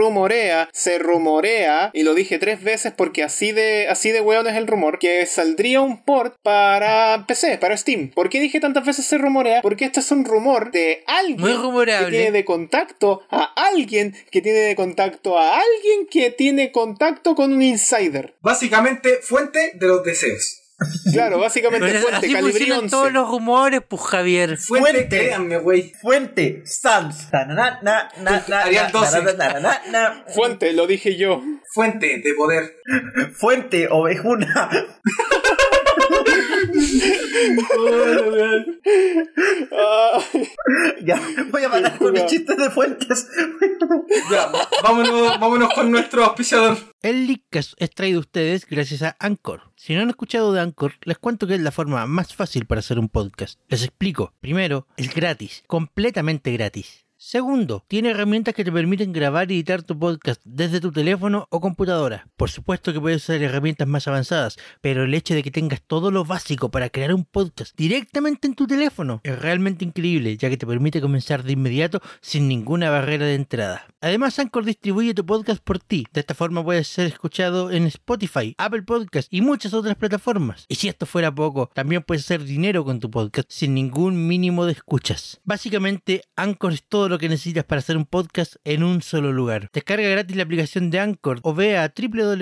y lo dije 3 veces porque así de weón es el rumor, que saldría un port para PC, para Steam. ¿Por qué dije tantas veces se rumorea? Porque este es un rumor de alguien Muy rumorable. que tiene de contacto a alguien que tiene de contacto a alguien que tiene contacto con un insider. Básicamente, fuente de los deseos. Claro, básicamente Pero fuente, así Calibri funcionan 11. todos los rumores, pues Javier. Fuente, créanme, güey. Fuente, Sans. Arial 12. Fuente, lo dije yo. Fuente de poder. Fuente, ovejuna. Ah, Ya, voy a parar con mis chistes de fuentes. Ya, vámonos con nuestro auspiciador. El Leakcast es traído a ustedes gracias a Anchor. Si no han escuchado de Anchor, les cuento que es la forma más fácil para hacer un podcast. Les explico. Primero, es gratis, completamente gratis. Segundo, tiene herramientas que te permiten grabar y editar tu podcast desde tu teléfono o computadora. Por supuesto que puedes usar herramientas más avanzadas, pero el hecho de que tengas todo lo básico para crear un podcast directamente en tu teléfono es realmente increíble, ya que te permite comenzar de inmediato sin ninguna barrera de entrada. Además, Anchor distribuye tu podcast por ti. De esta forma puedes ser escuchado en Spotify, Apple Podcasts y muchas otras plataformas. Y si esto fuera poco, también puedes hacer dinero con tu podcast sin ningún mínimo de escuchas. Básicamente, Anchor es todo lo que necesitas para hacer un podcast en un solo lugar. Descarga gratis la aplicación de Anchor o ve a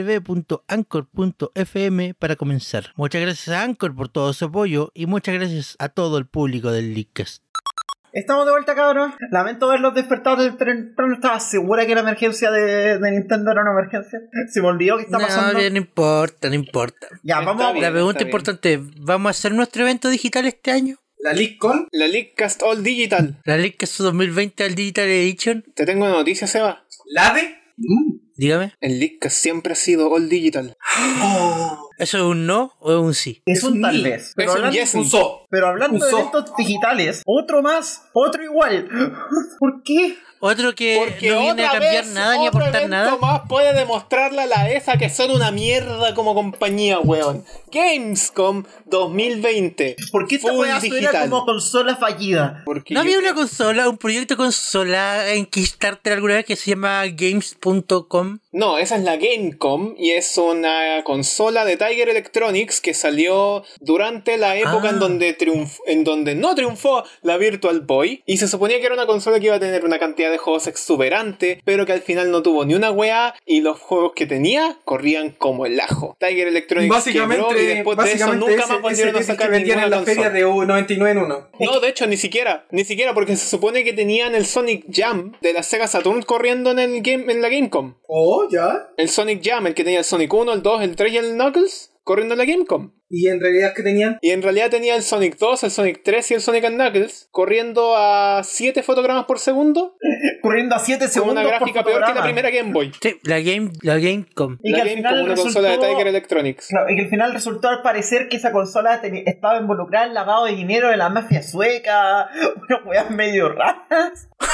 www.anchor.fm para comenzar. Muchas gracias a Anchor por todo su apoyo y muchas gracias a todo el público del Leakcast. Estamos de vuelta, cabros. Lamento verlos despertados del tren. No estaba segura que la emergencia de Nintendo era una emergencia. Se me olvidó que está pasando. No importa. Ya, Está vamos a bien. La pregunta está importante, ¿vamos a hacer nuestro evento digital este año? La LeakCon. La Leakcast All Digital. La Leakcast 2020 al Digital Edition. Te tengo una noticia, Seba. La de. Dígame, El Leakcast siempre ha sido All Digital. Oh, ¿eso es un no o es un sí? Es un tal ni. vez. Es un yes. usó. Pero hablando de Usó. eventos digitales, otro más, otro igual. ¿Por qué? Otro que Porque no viene a otra cambiar vez, nada ni a otro aportar evento nada. más puede demostrarle a la ESA que son una mierda como compañía, weón. Gamescom 2020. ¿Por qué esta Full weá suena digital. como consola fallida? Porque ¿No yo- había una consola, un proyecto de consola en Kickstarter alguna vez que se llama Games.com? No, esa es la Gamecom y es una consola de Tiger Electronics que salió durante la época en donde no triunfó la Virtual Boy y se suponía que era una consola que iba a tener una cantidad de juegos exuberante, pero que al final no tuvo ni una weá y los juegos que tenía corrían como el ajo. Tiger Electronics quebró y después de eso nunca más volvieron a que sacar vendían ninguna en la consola. feria de 99 en 1. No, de hecho, ni siquiera, porque se supone que tenían el Sonic Jam de la Sega Saturn corriendo en la Gamecom. Oh, ya. El Sonic Jam, el que tenía el Sonic 1, el 2, el 3 y el Knuckles, corriendo en la Gamecom. Y en realidad, ¿qué tenían? Y en realidad tenía el Sonic 2, el Sonic 3 y el Sonic Knuckles corriendo a 7 fotogramas por segundo, Corriendo a 7 con segundos una gráfica por peor que la fotograma. primera Game Boy. Sí, la Gamecom. Y La que al Gamecom, final una consola de resultó- Tiger Electronics. Claro, y que al final resultó al parecer que esa consola estaba involucrada en lavado de dinero de la mafia sueca, unas weas medio raras.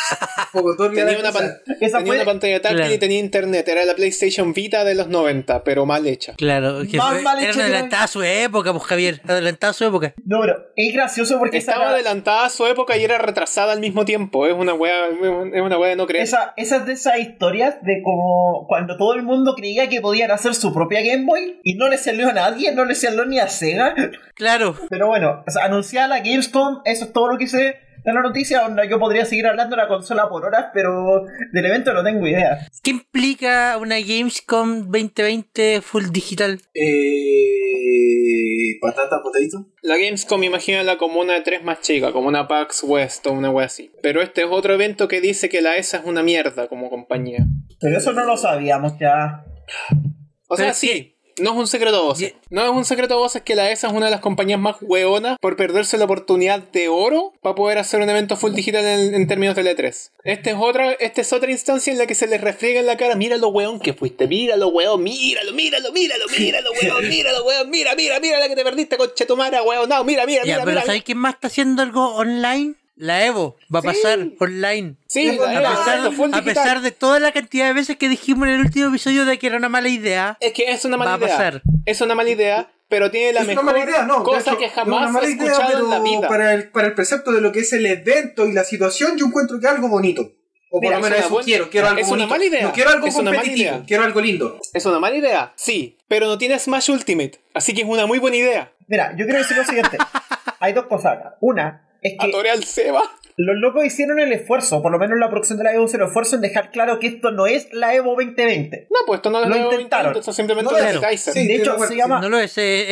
Poco turbia Tenía la una, cosa. Esa tenía fue- una pantalla táctil Claro. y tenía internet. Era la PlayStation Vita de los 90, pero mal hecha. Claro, que Más mal era hecho que adelantada a su época, pues Javier, adelantada a su época. No, pero es gracioso porque Estaba adelantada a su época y era retrasada al mismo tiempo. Es una wea de no creer. esas de esas historias de como cuando todo el mundo creía que podían hacer su propia Game Boy y no le salió a nadie, no le salió ni a Sega. Claro. Pero bueno, o sea, anunciada la Gamescom, eso es todo lo que sé de la noticia. Onda, yo podría seguir hablando de la consola por horas, pero del evento no tengo idea. ¿Qué implica una Gamescom 2020 full digital? Patata, potadito. La Gamescom, imagínala como una E3 más chica, como una PAX West o una wea así. Pero este es otro evento que dice que la ESA es una mierda como compañía. Pero eso no lo sabíamos ya. O Pero sea, es sí. No es un secreto a voces. No es un secreto a voces que la ESA es una de las compañías más hueonas por perderse la oportunidad de oro para poder hacer un evento full digital en términos de E3. Esta es otra instancia en la que se les refriega en la cara: mira lo hueón que fuiste, míralo hueón, míralo hueón, mira la que te perdiste, conchetumara hueón, no, mira. Pero ¿sabéis quién más está haciendo algo online? La Evo va a pasar online. Sí, A pesar de toda la cantidad de veces que dijimos en el último episodio de que era una mala idea. Es que es una Va mala a idea. pasar. Es una mala idea, pero tiene la Es mejor una mala idea, no. cosa de hecho, que es jamás una mala he idea, escuchado en la pero vida. para el precepto de lo que es el evento y la situación, yo encuentro que es algo bonito. O por Mira, lo menos es una eso buena- quiero algo es una bonito. mala idea. No quiero algo Es una mala competitivo, idea. quiero algo lindo. ¿Es una mala idea? Sí, pero no tiene Smash Ultimate, así que es una muy buena idea. Mira, yo quiero decir lo siguiente. Hay dos cosas acá. Una es que Atore al Seba. los locos hicieron el esfuerzo, por lo menos la producción de la Evo hizo el esfuerzo en dejar claro que esto no es la Evo 2020. No, pues esto no Lo es intentaron. Esto simplemente No, es claro. de Kaiser. Sí. De hecho, estoy de se acuerdo, llama... No lo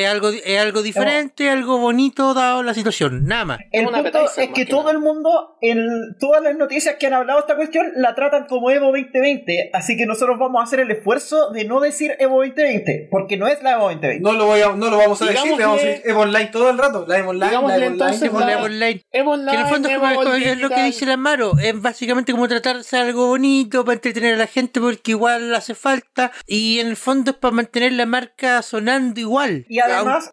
es algo diferente, algo bonito dado la situación, nada más. El una punto appetizer, es más que que todo nada. el mundo, en todas las noticias que han hablado de esta cuestión, la tratan como Evo 2020. Así que nosotros vamos a hacer el esfuerzo de no decir Evo 2020, porque no es la Evo 2020. No lo vamos a decir, Digámosle- le vamos a decir Evo Online todo el rato. La Evo Online, Digámosle la Evo Online. entonces Evo La la- Evo Online. Evo Online, Que en el fondo Evo es lo que Digital. dice la Maro, es básicamente como tratarse de algo bonito para entretener a la gente porque igual hace falta y en el fondo es para mantener la marca sonando igual. Y además-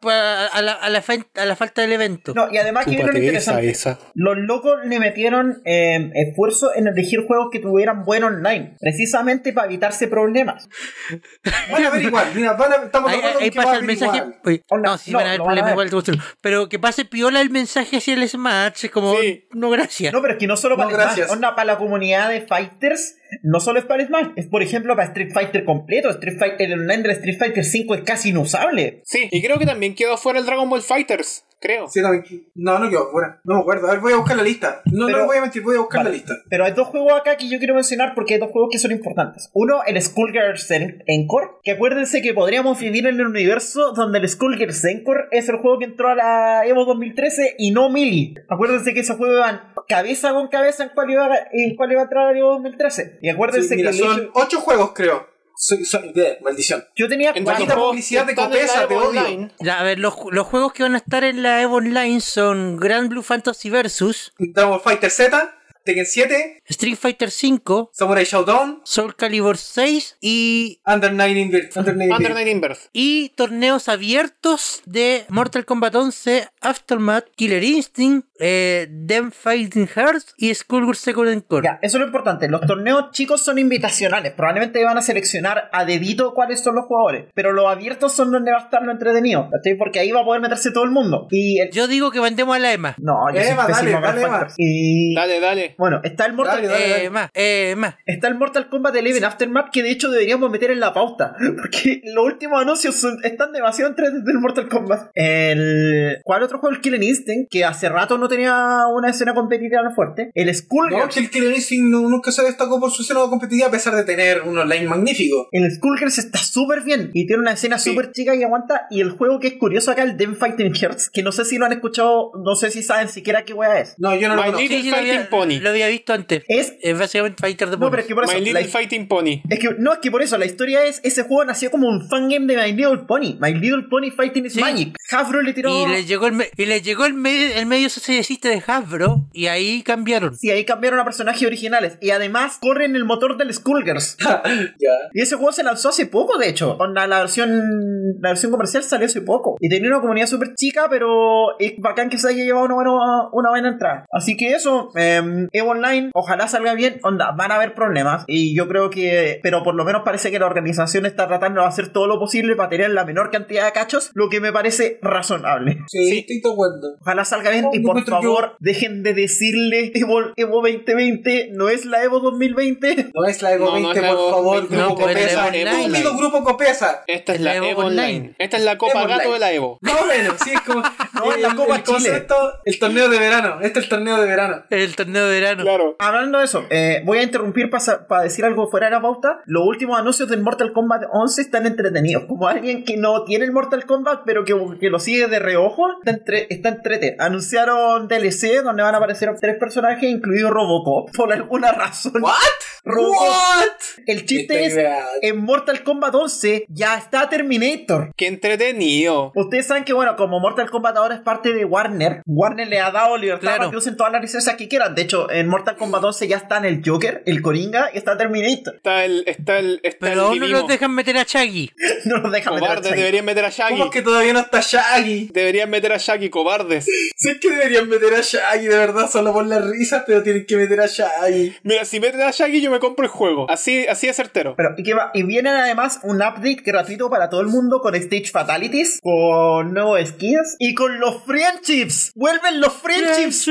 a la falta del evento. No, y además que viene lo interesante. esa. Los locos le metieron esfuerzo en elegir juegos que tuvieran buen online, precisamente para evitarse problemas. Van a ver igual, mira, estamos de acuerdo Ahí que va pasa a el haber mensaje. igual. Oye, Hola, no, sí no, van a haber lo van a problemas ver. igual de construcción. Pero que pase piola el mensaje hacia el Smash, es como, Sí. no, gracias. No, pero es que no solo para No, el Smash, gracias. onda, para la comunidad de fighters, no solo es para el Smash, es por ejemplo para Street Fighter completo. Street Fighter, el online de Street Fighter 5 es casi inusable. Sí, y creo que también quedó fuera el Dragon Ball Fighters, creo. Sí, también. No quedó fuera. No me acuerdo. A ver, voy a buscar la lista. No Pero- voy a mentir, voy a buscar Vale. la lista. Pero hay dos juegos acá que yo quiero mencionar porque hay dos juegos que son importantes. Uno, el Skullgirls Encore, que acuérdense que podríamos vivir en el universo donde el Skullgirls Encore es el juego que entró a la Evo 2013 y no Melee. Acuérdense que ese juego iban cabeza con cabeza en cuál iba a entrar a la Evo 2013. Y acuérdense Sí, mira, que el son hecho- 8 juegos, creo. Maldición. yo tenía Entre cuatro. Maldita los juegos publicidad que de están en la Copesa, te Evo odio. Online, Ya, a ver, los juegos que van a estar en la Evo Online son Grand Blue Fantasy Versus, Dragon Ball Fighter Z, Tekken 7, Street Fighter V, Samurai Shodown, Soul Calibur 6 Under 19 Under 19 Birth. y torneos abiertos de Mortal Kombat 11, Aftermath, Killer Instinct, Them Fighting Hearts y Skullgirls Second Encore. Ya, eso es lo importante. Los torneos chicos son invitacionales. Probablemente van a seleccionar a dedito cuáles son los jugadores. Pero los abiertos son donde va a estar lo entretenido. ¿Cachai? Porque ahí va a poder meterse todo el mundo. Y el... Yo digo que mandemos a la EMA. No, yo soy Eva, pésimo dale, para dale, Fighters. Y... Dale. Bueno, está el Mortal Dale. Más. Está el Mortal Kombat 11 Aftermath, que de hecho deberíamos meter en la pauta. Porque los últimos anuncios están demasiado entretenidos del Mortal Kombat. ¿Cuál otro juego? El Killing Instinct, que hace rato no tenía una escena competitiva tan fuerte. El No, Skullgirls. que el Killer Instinct nunca se destacó por su escena competitiva a pesar de tener un online magnífico. El Skullgirls está súper bien y tiene una escena Sí. súper chica y aguanta. Y el juego que es curioso acá, el Them Fighting Hearts, que no sé si lo han escuchado, no sé si saben siquiera qué wea es. No, yo no lo My conozco. Little Fighting Pony. Lo había visto antes. Es... Es básicamente Fighter de No, pero es que por eso... My Little la- Fighting Pony. Es que por eso, la historia es, ese juego nació como un fangame de My Little Pony. My Little Pony Fighting is Sí. Magic. Hasbro le tiró... Y les llegó llegó el medio socialista de Hasbro y ahí cambiaron. Sí, ahí cambiaron a personajes originales. Y además corren el motor del Skullgirls. Ya. Y ese juego se lanzó hace poco, de hecho. La versión comercial salió hace poco. Y tenía una comunidad súper chica, pero es bacán que se haya llevado una buena entrada. Así que eso, EVO Online, ojalá salga bien. Van a haber problemas. Y yo creo que... Pero por lo menos parece que la organización está tratando de hacer todo lo posible para tener la menor cantidad de cachos, lo que me parece razonable. Sí, estoy de acuerdo. Ojalá salga bien y por favor dejen de decirle Evo 2020, no es la Evo 2020. No es la Evo 20, es la por Evo favor, 2020, Grupo no, pero es la Copesa. Evo Online. Estúpido Grupo Copesa. Esta es la Evo Evo Online. Online. Esta es la Copa Evo Gato Online. de la Evo. Más o menos, sí, es como No, es la Copa Chile. concepto, el torneo de verano. Este es el torneo de verano. El torneo de verano. Claro. Hablando de eso, voy a interrumpir para decir algo fuera de la pauta. Los últimos anuncios del Mortal Kombat 11 están entretenidos. Como alguien que no tiene el Mortal Kombat, pero que lo sigue de reojo, está entretenido. Anunciaron DLC donde van a aparecer 3 personajes, incluido Robocop, por alguna razón. ¿What? Robocop. What? El chiste es, en Mortal Kombat 11 ya está Terminator. Qué entretenido. Ustedes saben que, bueno, como Mortal Kombat ahora es parte de Warner le ha dado libertad Claro. para que usen todas las licencias que quieran. De hecho, en Mortal Kombat 11 ya están el Joker, el Coringa y está Terminator. Está el Pero aún no Vivimo. nos dejan meter a Shaggy. No nos dejan meter a Cobardes, Shaggy. deberían meter a Shaggy. ¿Cómo es que todavía no está Shaggy? Deberían meter a Shaggy, cobardes. Sé que deberían meter a Shaggy, de verdad, solo por las risas, pero tienen que meter a Shaggy. Mira, si meten a Shaggy yo me compro el juego. Así es certero. Pero, ¿y qué va? Y viene además un update gratuito para todo el mundo con Stage Fatalities, con nuevos skins y con los Friendships. ¡Vuelven los Friendships!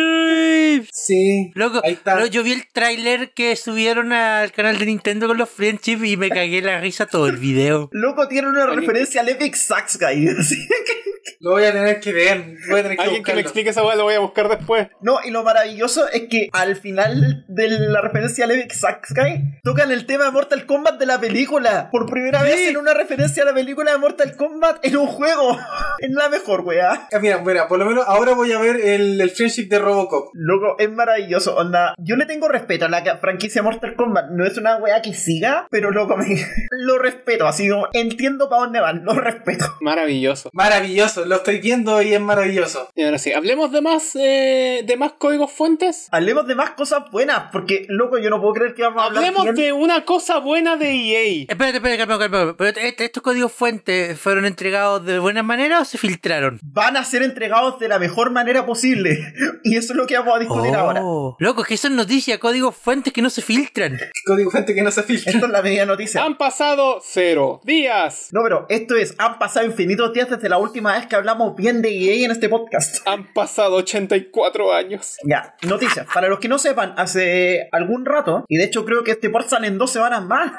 Sí, Loco, ahí está. yo vi el tráiler que subieron al canal de Nintendo con los Friendship y me cagué la risa todo el video. Loco, tiene una referencia al Epic Sax Guy. Así que- Lo voy a tener que ver, voy a tener que Alguien que buscarlo. me explique esa weá lo voy a buscar después. No, y lo maravilloso es que al final de la referencia al Epic Sax Guy tocan el tema de Mortal Kombat de la película. Por primera vez en una referencia a la película de Mortal Kombat en un juego. Es la mejor, weá. Mira, por lo menos ahora voy a ver el friendship de Robocop. Loco, es maravilloso. Onda, yo le tengo respeto a la franquicia Mortal Kombat. No es una weá que siga, pero loco, lo respeto. Así como entiendo para dónde van, lo respeto. Maravilloso. Maravilloso, lo estoy viendo y es maravilloso. Y ahora sí, hablemos de más códigos fuentes. Hablemos de más cosas buenas, porque loco, yo no puedo creer que vamos a hablar Hablemos bien. de una cosa buena de EA. Espérate, calma. Pero ¿estos códigos fuentes fueron entregados de buena manera o se filtraron? Van a ser entregados de la mejor manera posible. Y eso es lo que vamos a discutir ahora. Loco, que son noticias, códigos fuentes que no se filtran. Código fuente que no se filtra. Esto es la media noticia. Han pasado 0 días. No, pero esto es, han pasado infinitos días desde la última vez que hablamos bien de EA en este podcast. Han pasado 84 años. Ya, noticias. Para los que no sepan, hace algún rato, y de hecho creo que este port sale en 2 semanas más,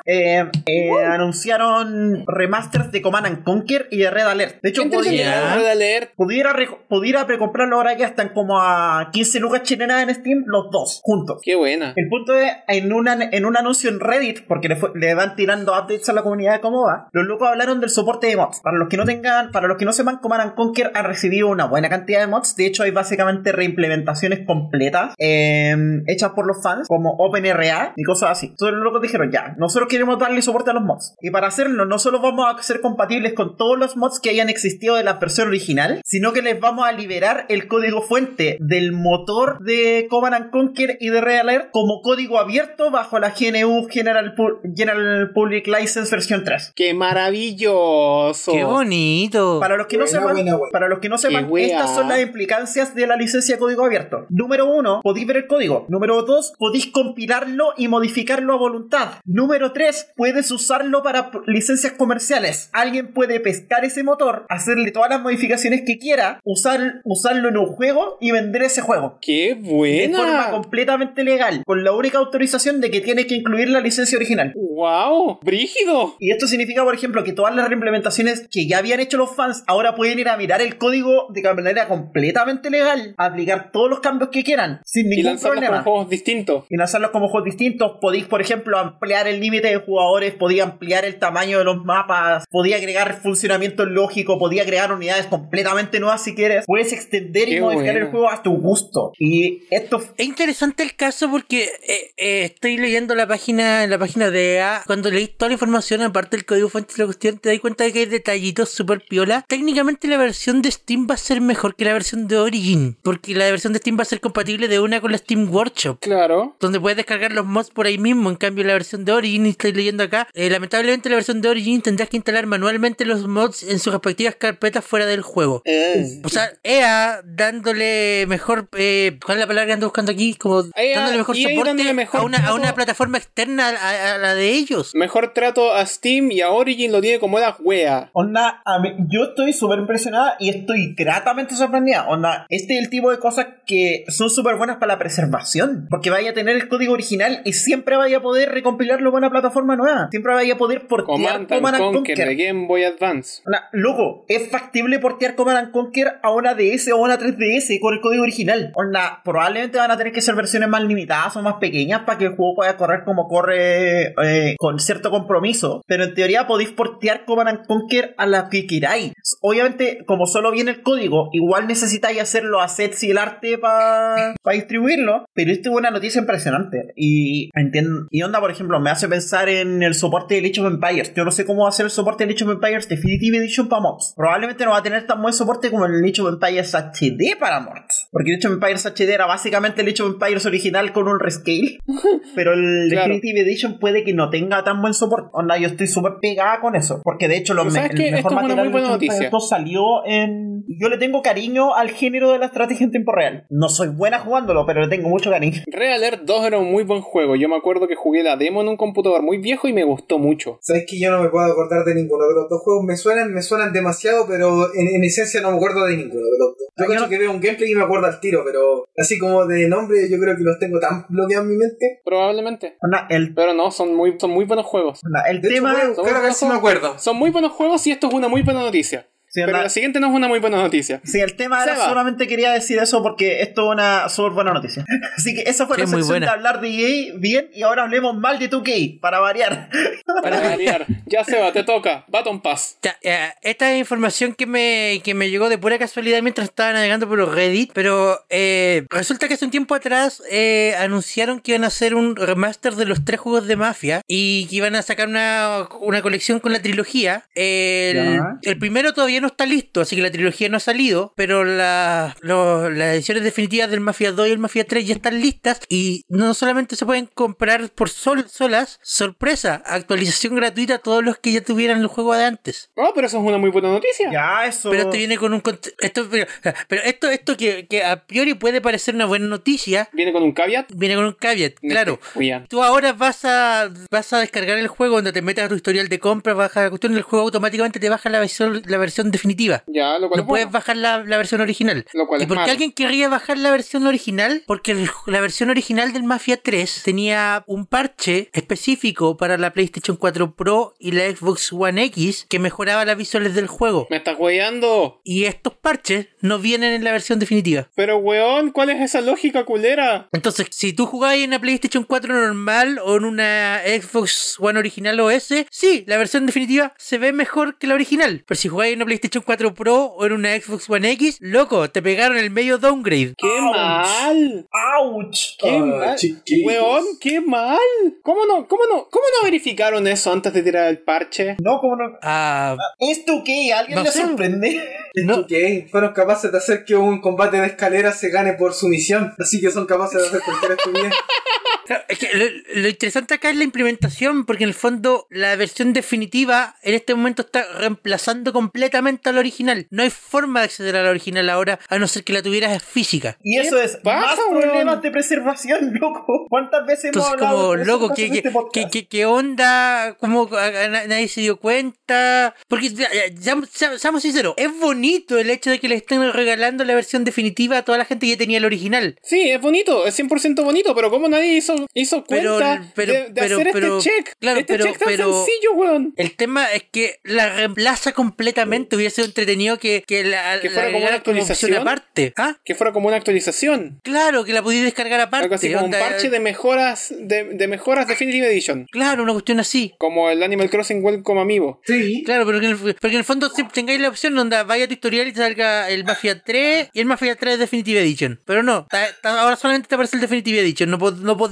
anunciaron remasters de Command and Conquer y de Red Alert. De hecho, Ya. Voy a leer. pudiera precomprarlo ahora que están como a 15 lucas chilenas en Steam, los dos, juntos. Qué buena. El punto es, en un anuncio en Reddit, porque le van tirando updates a la comunidad de cómo va, los locos hablaron del soporte de mods. Para los que no sepan, Command and Conquer ha recibido una buena cantidad de mods. De hecho, hay básicamente reimplementaciones completas hechas por los fans, como OpenRA y cosas así. Entonces los locos dijeron, ya, nosotros queremos darle soporte a los mods. Y para hacerlo, no solo vamos a ser compatibles con todos los mods que hayan existido de la versión original, sino que les vamos a liberar el código fuente del motor de Command and Conquer y de Red Alert como código abierto bajo la GNU General Public License versión 3. Qué maravilloso. ¡Qué bonito! Para los que no sepan, Qué wea. estas son las implicancias de la licencia de código abierto. Número 1, podéis ver el código. Número 2, podéis compilarlo y modificarlo a voluntad. Número 3, puedes usarlo para licencias comerciales. Alguien puede pescar ese motor, hacerle todas las modificaciones que quiera, usarlo en un juego y vender ese juego. Qué De forma buena. completamente legal, con la única autorización de que tiene que incluir la licencia original. Wow, brígido. Y esto significa, por ejemplo, que todas las reimplementaciones que ya habían hecho los fans ahora pueden ir a mirar el código de manera completamente legal, aplicar todos los cambios que quieran, sin Y ningún lanzarlos problema. como juegos distintos. Y lanzarlos como juegos distintos. Podéis, por ejemplo, ampliar el límite de jugadores, podía ampliar el tamaño de los mapas, podía agregar funcionamiento lógico, podía crear unidades completamente nuevas si quieres. Puedes extender y Qué modificar buena. el juego a tu gusto. Y esto... Es interesante el caso porque estoy leyendo la página de EA. Cuando leí toda la información, aparte del código fuente de la cuestión, te das cuenta de que hay detallitos súper piola. Técnicamente la versión de Steam va a ser mejor que la versión de Origin, porque la versión de Steam va a ser compatible de una con la Steam Workshop, Claro. donde puedes descargar los mods por ahí mismo. En cambio, la versión de Origin, estoy leyendo acá, lamentablemente la versión de Origin tendrás que instalar manualmente los mods en sus respectivas carpetas fuera del juego. O sea, EA dándole mejor, ¿cuál es la palabra que ando buscando aquí? Como dándole mejor EA soporte dándole mejor a una trato. plataforma externa a la de ellos. Mejor trato a Steam y a Origin lo tiene como la wea. Onda, yo estoy súper impresionada y estoy gratamente sorprendida. Onda, este es el tipo de cosas que son súper buenas para la preservación. Porque vaya a tener el código original y siempre vaya a poder recompilarlo en una plataforma nueva. Siempre vaya a poder portear Command and Conquer de Game Boy Advance. Onda, loco, es factible portear Command and Conquer a una DS o a una 3DS con el código original. Onda, probablemente van a tener que ser versiones más limitadas o más pequeñas para que el juego pueda correr como corre con cierto compromiso. Pero en teoría podéis portear Command and Conquer a la que queráis. Obviamente, como solo viene el código, igual necesitáis hacer los assets y el arte para distribuirlo. Pero esto es una noticia impresionante. Y entiendo. Y onda, por ejemplo, me hace pensar en el soporte de Age of Empires. Yo no sé cómo va a ser el soporte de Age of Empires Definitive Edition para mods. Probablemente no va a tener tan buen soporte como el Age of Empires HD para mods. Porque el Age of Empires HD era básicamente el Age of Empires original con un rescale. Pero el Claro. Definitive Edition puede que no tenga tan buen soporte. Onda, yo estoy súper pegada con eso. Porque de hecho Pero ¿sabes qué? el mejor Esto es una material muy buena de Age of Empires noticia. 2 salió en... Yo le tengo cariño al género de la estrategia en tiempo real. No soy buena jugándolo, pero le tengo mucho cariño. Red Alert 2 era un muy buen juego. Yo me acuerdo que jugué la demo en un computador muy viejo y me gustó mucho. Sabes que yo no me puedo acordar de ninguno de los dos juegos. Me suenan demasiado, pero en esencia no me acuerdo de ninguno de los dos. Yo creo que veo un gameplay y me acuerdo al tiro, pero así como de nombre, yo creo que los tengo tan bloqueados en mi mente. Probablemente. Onda, Pero no, son muy buenos juegos. el De hecho, tema... voy a buscar a ver si me acuerdo. Son muy buenos juegos y esto es una muy buena noticia. Sí, Pero onda, la siguiente no es una muy buena noticia. sí, el tema era Seba. solamente quería decir eso porque esto es una súper buena noticia. Así que esa fue Sí, la muy sección buena. de hablar de EA bien y ahora hablemos mal de 2K, para variar. Para variar. Ya Seba, te toca. Baton Pass. Ya, esta es información que me llegó de pura casualidad mientras estaba navegando por los Reddit, pero resulta que hace un tiempo atrás anunciaron que iban a hacer un remaster de los 3 juegos de Mafia y que iban a sacar una colección con la trilogía. El primero todavía no está listo, así que la trilogía no ha salido, pero las ediciones definitivas del Mafia 2 y el Mafia 3 ya están listas y no solamente se pueden comprar por solas, sorpresa, actualización gratuita a todos los que ya tuvieran el juego de antes. Oh, pero eso es una muy buena noticia. Ya, eso... Pero esto viene con un esto que a priori puede parecer una buena noticia, Viene con un caveat. viene con un caveat, claro. Muy bien. Tú ahora vas a descargar el juego donde te metas a tu historial de compra, baja la cuestión, el juego automáticamente te baja la versión definitiva. Ya, lo cual No es puedes bueno. bajar la versión original. Lo cual ¿Y es por qué malo. alguien querría bajar la versión original? Porque la versión original del Mafia 3 tenía un parche específico para la PlayStation 4 Pro y la Xbox One X que mejoraba las visuales del juego. Me estás weyando. Y estos parches no vienen en la versión definitiva. Pero weón, ¿cuál es esa lógica culera? Entonces, si tú jugabas en una PlayStation 4 normal o en una Xbox One original OS, sí, la versión definitiva se ve mejor que la original. Pero si jugabas en una PlayStation 4 Pro o en una Xbox One X, loco, te pegaron el medio downgrade. ¡Qué Ouch. mal! ¡Auch! ¡Qué mal! chiquillos. Weón, qué mal. ¿Cómo no verificaron eso antes de tirar el parche? No, como no... Ah, ¿Es 2K? ¿Alguien No le sé. sorprende? no, Ok, fueron capaces de hacer que un combate de escalera se gane por sumisión, así que son capaces de hacer cualquier estupidez. claro, es que lo interesante acá es la implementación, porque en el fondo la versión definitiva en este momento está reemplazando completamente a la original. No hay forma de acceder a la original ahora, a no ser que la tuvieras física. Y eso es pasa, más weón? problemas de preservación, loco. ¿Cuántas veces hemos Entonces, hablado como, de loco, preservación en este podcast? ¿qué onda? ¿Cómo nadie se dio cuenta? Porque, seamos sinceros, es bonito el hecho de que le estén regalando la versión definitiva a toda la gente que ya tenía el original. Sí, es bonito, es 100% bonito, pero ¿cómo nadie hizo cuenta de hacer este check? Claro, este check tan sencillo, weón. El tema es que la reemplaza completamente. Hubiera sido entretenido que fuera como una agregara actualización. opción aparte. ¿Ah? Que fuera como una actualización. Claro, que la podías descargar aparte. Algo así como un onda, parche de mejoras de mejoras Definitive Edition. Claro, una cuestión así. Como el Animal Crossing Welcome Amiibo. Sí. Claro, pero porque en el fondo si tengáis la opción donde vaya a tu tutorial y te salga el Mafia 3 y el Mafia 3 Definitive Edition. Pero no, ahora solamente te aparece el Definitive Edition. No podías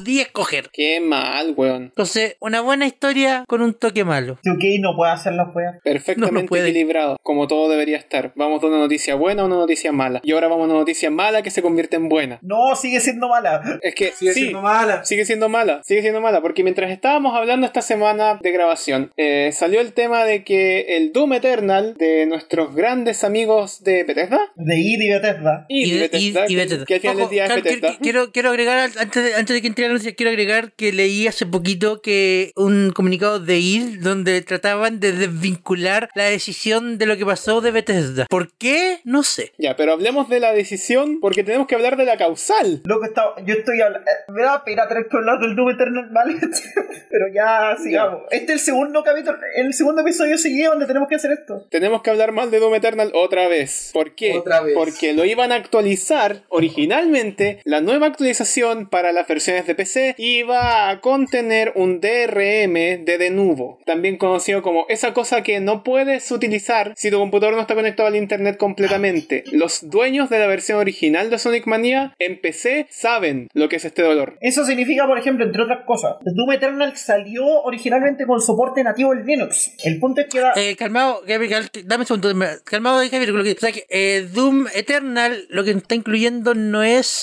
podía escoger. Qué mal, weón. Entonces, una buena historia con un toque malo. UK no puede hacer las weas. Perfectamente No puede. equilibrado, como todo debería estar. Vamos de una noticia buena a una noticia mala. Y ahora vamos a una noticia mala que se convierte en buena. No, sigue siendo mala. Es que Sigue sí, siendo mala. sigue siendo mala, porque mientras estábamos hablando esta semana de grabación, salió el tema de que el Doom Eternal de nuestros grandes amigos de Bethesda De id y Bethesda. y de Bethesda, y Bethesda. que al final del Ojo, día es Bethesda. quiero agregar, antes de que entre la noticia, quiero agregar que leí hace poquito que un comunicado de id donde trataban de desvincular la decisión de lo que pasó de Bethesda. ¿Por qué? No sé. Ya, pero hablemos de la decisión porque tenemos que hablar de la causal. Loco, yo estoy hablando. Me da pena tener que hablar del Doom Eternal, ¿vale? Pero ya, sigamos. Este es el segundo capítulo, el segundo episodio seguido donde tenemos que hacer esto. Tenemos que hablar mal de Doom Eternal otra vez. ¿Por qué? Otra vez. Porque lo iban a actualizar originalmente. La nueva actualización para las versiones de PC iba a contener un DRM de Denuvo, también conocido como esa cosa que no puedes utilizar si tu computador no está conectado al internet completamente. Los dueños de la versión original de Sonic Mania en PC saben lo que es este dolor. Eso significa, por ejemplo, entre otras cosas, Doom Eternal salió originalmente con soporte nativo en Linux. El punto es que Calmado, dame un segundo. Calmado, Javier, con lo que, o sea, que Doom Eternal lo que está incluyendo no es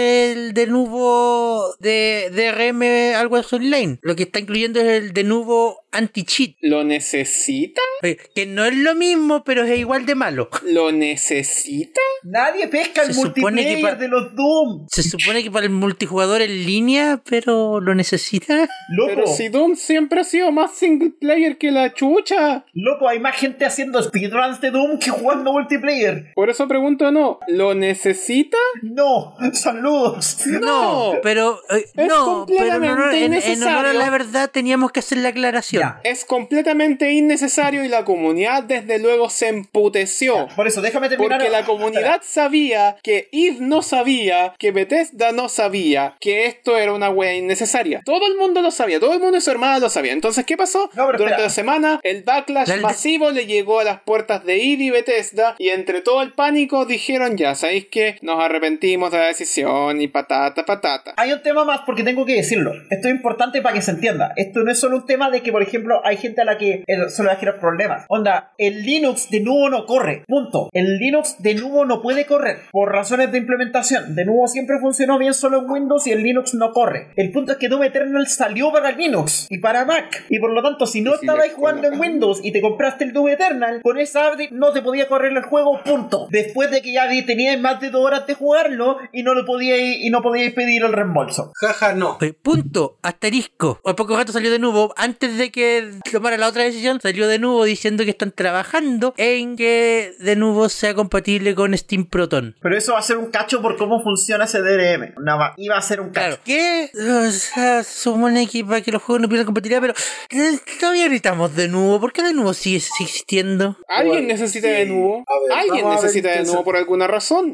el Denuvo de DRM algo así online. Lo que está incluyendo es el Denuvo anti-cheat. ¿Lo necesita? Que no es lo mismo, pero es igual de malo. ¿Lo necesita? nadie pesca el Se supone que multiplayer de los Doom. Se supone que para el multijugador en línea, pero ¿lo necesita? Loco, Pero si Doom siempre ha sido más single player que la chucha. loco, hay más gente haciendo speedruns de Doom que jugando multiplayer. Por eso pregunto, ¿no? ¿Lo necesita? No, saludos. No, pero Es no, pero en honor completamente a la innecesario. verdad teníamos que hacer la aclaración. Ya. Es completamente innecesario y la comunidad desde luego se emputeció. Por eso, déjame terminar. Porque la comunidad sabía que id no sabía, que Bethesda no sabía, que esto era una wea innecesaria. Todo el mundo lo sabía, todo el mundo y su hermana lo sabía. Entonces, ¿qué pasó? No, pero Durante espera. la semana, el backlash Dale. masivo le llegó a las puertas de id y Bethesda, y entre todo el pánico dijeron, ya, ¿sabéis qué? Nos arrepentimos de la decisión y patata, patata. Hay un tema más porque tengo que decirlo. Esto es importante para que se entienda. Esto no es solo un tema de que, por ejemplo, hay gente a la que se le va a generar problemas. Onda, el Linux de nuevo no corre. Punto. El Linux de nuevo no puede correr por razones de implementación. De nuevo siempre funcionó bien solo en Windows y el Linux no corre. El punto es que Doom Eternal salió para Linux y para Mac. Y por lo tanto, si no Y si estabas le jugando en Windows y te compraste el Doom Eternal, con esa update no te podía correr el juego. Punto. Después de que ya tenías más de 2 horas de jugarlo y no podíais pedir el reembolso. Jaja, no. Punto, asterisco. Al poco rato salió de nuevo, antes de que tomara la otra decisión, salió de nuevo diciendo que están trabajando en que de nuevo sea compatible con Steam Proton. Pero eso va a ser un cacho por cómo funciona ese DRM. Iba a ser un cacho. Claro, que o sea, supone que para que los juegos no pierdan compatibilidad, pero todavía necesitamos de nuevo. ¿Por qué de nuevo sigue existiendo? ¿Alguien necesita de nuevo? A ver, ¿Alguien vamos a ver necesita de qué nuevo se- por alguna razón?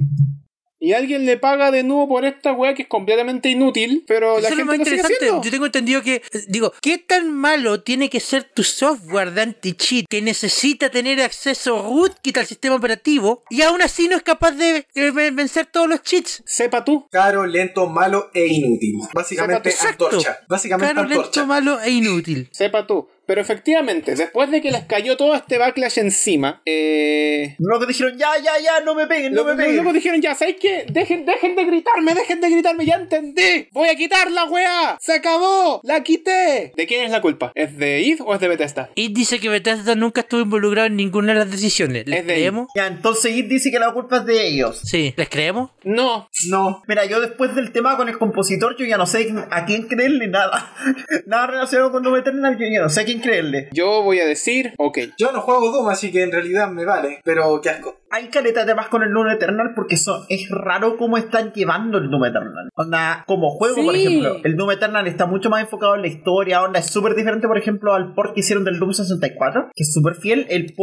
Y alguien le paga de nuevo por esta weá que es completamente inútil, pero la Eso es gente lo más lo sigue interesante. haciendo. Yo tengo entendido que, digo, ¿qué tan malo tiene que ser tu software de anti-cheat que necesita tener acceso rootkit al sistema operativo y aún así no es capaz de vencer todos los cheats? Sepa tú. Caro, lento, malo e inútil. Básicamente Exacto. antorcha. Básicamente Claro, antorcha. lento, malo e inútil. Sepa tú. Pero efectivamente, después de que les cayó todo este backlash encima, Luego dijeron, ya, no me peguen, no me Luego peguen. dijeron, ya, ¿sabéis qué? Dejen de gritarme, ya entendí. Voy a quitar la weá. Se acabó, la quité. ¿De quién es la culpa? ¿Es de id o es de Bethesda? Y dice que Bethesda nunca estuvo involucrado en ninguna de las decisiones. ¿Les Es de creemos? Ya, entonces It dice que la culpa es de ellos. Sí, ¿les creemos? No. No. Mira, yo después del tema con el compositor, yo ya no sé a quién creerle nada. Nada relacionado con Doom Eternal, yo ya no sé a quién creerle. Yo voy a decir, ok. Yo no juego Doom, así que en realidad me vale. Pero qué asco. Hay caleta de más con el Doom Eternal porque es raro cómo están llevando el Doom Eternal. Onda, como juego, por Sí. ejemplo, el Doom Eternal está mucho más enfocado en la historia. Onda, es súper diferente, por ejemplo, al port que hicieron del Doom 64, que es súper fiel.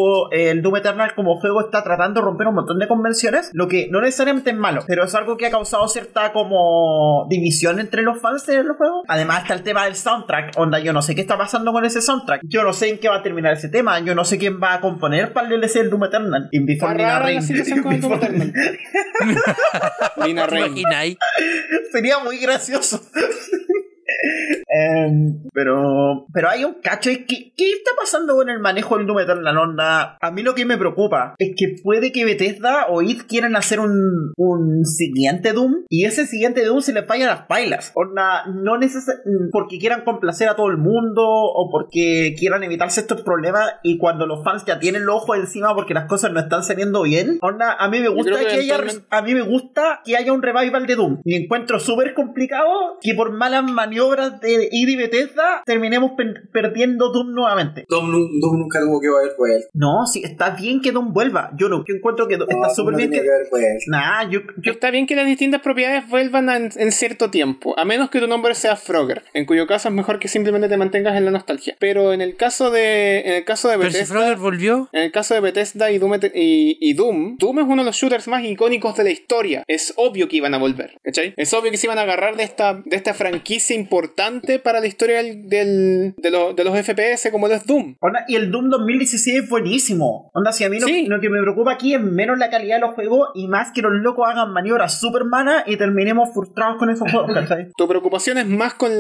El Doom Eternal como juego está tratando de romper un montón de convenciones, lo que no necesariamente es malo, pero es algo que ha causado cierta como división entre los fans de los juegos. Además está el tema del soundtrack. Onda, yo no sé qué está pasando con ese soundtrack. Yo no sé en qué va a terminar ese tema. Yo no sé quién va a componer para el DLC del Doom Eternal. In Before Está Nina rara la Rain. situación con el Doom Eternal. Lina ¿Te Rain. imagináis? Sería muy gracioso. Pero hay un cacho. ¿Qué está pasando con el manejo del Doom Eternal? Onda, a mí lo que me preocupa es que puede que Bethesda o id quieran hacer un siguiente Doom y ese siguiente Doom se les vaya a las pailas. Onda, no porque quieran complacer a todo el mundo o porque quieran evitarse estos problemas y cuando los fans ya tienen los ojos encima porque las cosas no están saliendo bien. Onda, a mí me gusta que haya un revival de Doom y encuentro súper complicado que por malas maniobras de id y Bethesda terminemos perdiendo Doom nuevamente. Doom nunca tuvo que haber vuelto. No, sí, está bien que Doom vuelva. Yo encuentro que está súper bien que... Nah, Está bien que las distintas propiedades vuelvan en cierto tiempo, a menos que tu nombre sea Frogger, en cuyo caso es mejor que simplemente te mantengas en la nostalgia. Pero en el caso de Bethesda... Pero si Frogger volvió... En el caso de Bethesda y Doom es uno de los shooters más icónicos de la historia. Es obvio que iban a volver, ¿cachai? Es obvio que se iban a agarrar de esta franquicia importante para la historia de los FPS como lo es Doom. Onda, y el Doom 2016 es buenísimo. Onda, si a mí lo que me preocupa aquí es menos la calidad de los juegos y más que los locos hagan maniobras super malas y terminemos frustrados con esos juegos, ¿cachai? Tu preocupación es más con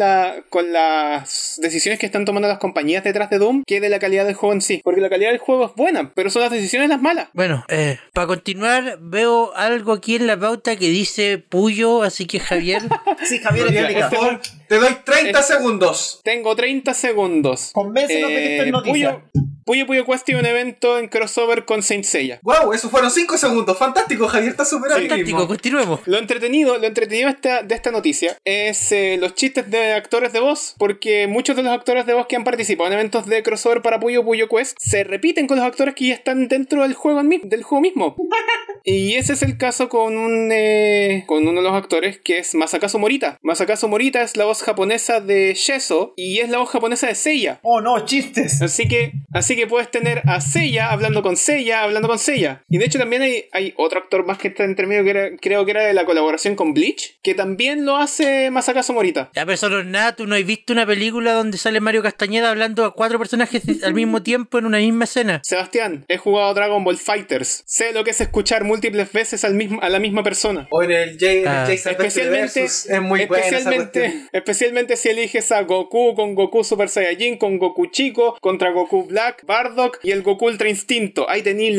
las decisiones que están tomando las compañías detrás de Doom que de la calidad del juego en sí. Porque la calidad del juego es buena, pero son las decisiones las malas. Bueno, para continuar, veo algo aquí en la pauta que dice Puyo, así que Javier... Sí, Javier, explica. Por favor, te doy 30 segundos. Tengo 30 segundos. Convéncenos de que esto es noticia. Puyo Quest tiene un evento en crossover con Saint Seiya. Wow, eso fueron 5 segundos. Fantástico, Javier, está súper Fantástico, continuemos. Lo entretenido de esta noticia es los chistes de actores de voz, porque muchos de los actores de voz que han participado en eventos de crossover para Puyo Quest se repiten con los actores que ya están dentro del juego mismo. Y ese es el caso con uno de los actores que es Masakazu Morita. Masakazu Morita es la voz japonesa de Sheso y es la voz japonesa de Seiya. Oh no, chistes. Así que puedes tener a Seiya hablando con Seiya. Y de hecho también hay otro actor más que está entre medio que creo que era de la colaboración con Bleach, que también lo hace Masakazu Morita. Ya, pero solo nada, tú no has visto una película donde sale Mario Castañeda hablando a 4 personajes al mismo tiempo en una misma escena. Sebastián, he jugado Dragon Ball Fighters. Sé lo que es escuchar múltiples veces a la misma persona. O en el Especialmente es muy buena esa cuestión. Especialmente si eliges a Goku con Goku Super Saiyajin, con Goku Chico, contra Goku Black, Bardock y el Goku Ultra Instinto. Ahí tenéis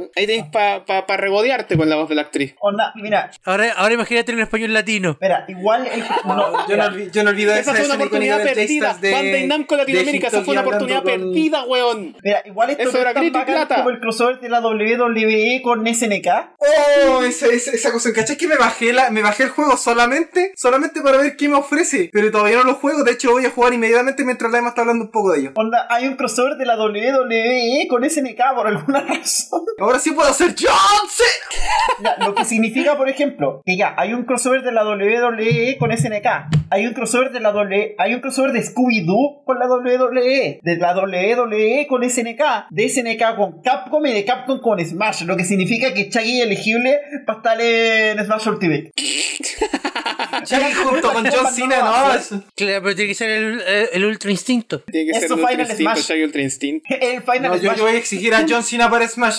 para regodearte con la voz de la actriz. Onda, mira. Ahora imagínate en español latino. Espera, igual yo no olvido esa fue una oportunidad perdida. Bandai Namco Latinoamérica, esa fue una oportunidad perdida, weón. Mira, igual esto eso era grito y plata. Como el crossover de la WWE con SNK. Oh, esa cosa, ¿cachai? Que me bajé el juego solamente para ver qué me ofrece, pero todavía no lo juego. De hecho voy a jugar inmediatamente mientras la Emma está hablando un poco de ello. Onda, hay un crossover de la WWE con SNK por alguna razón. Ahora sí puedo hacer John Cena. Lo que significa, por ejemplo, que ya hay un crossover de la WWE con SNK. Hay un crossover de Scooby-Doo con la WWE. De la WWE con SNK. De SNK con Capcom y de Capcom con Smash. Lo que significa que Shaggy es elegible para estar en Smash Ultimate. Shaggy junto con John Cena, no. Claro, pero tiene que ser el Ultra Instinto. Tiene que ser el Ultra Instinto, Shaggy Ultra Instinto. El Final Smash. Yo voy a exigir a John Cena para Smash.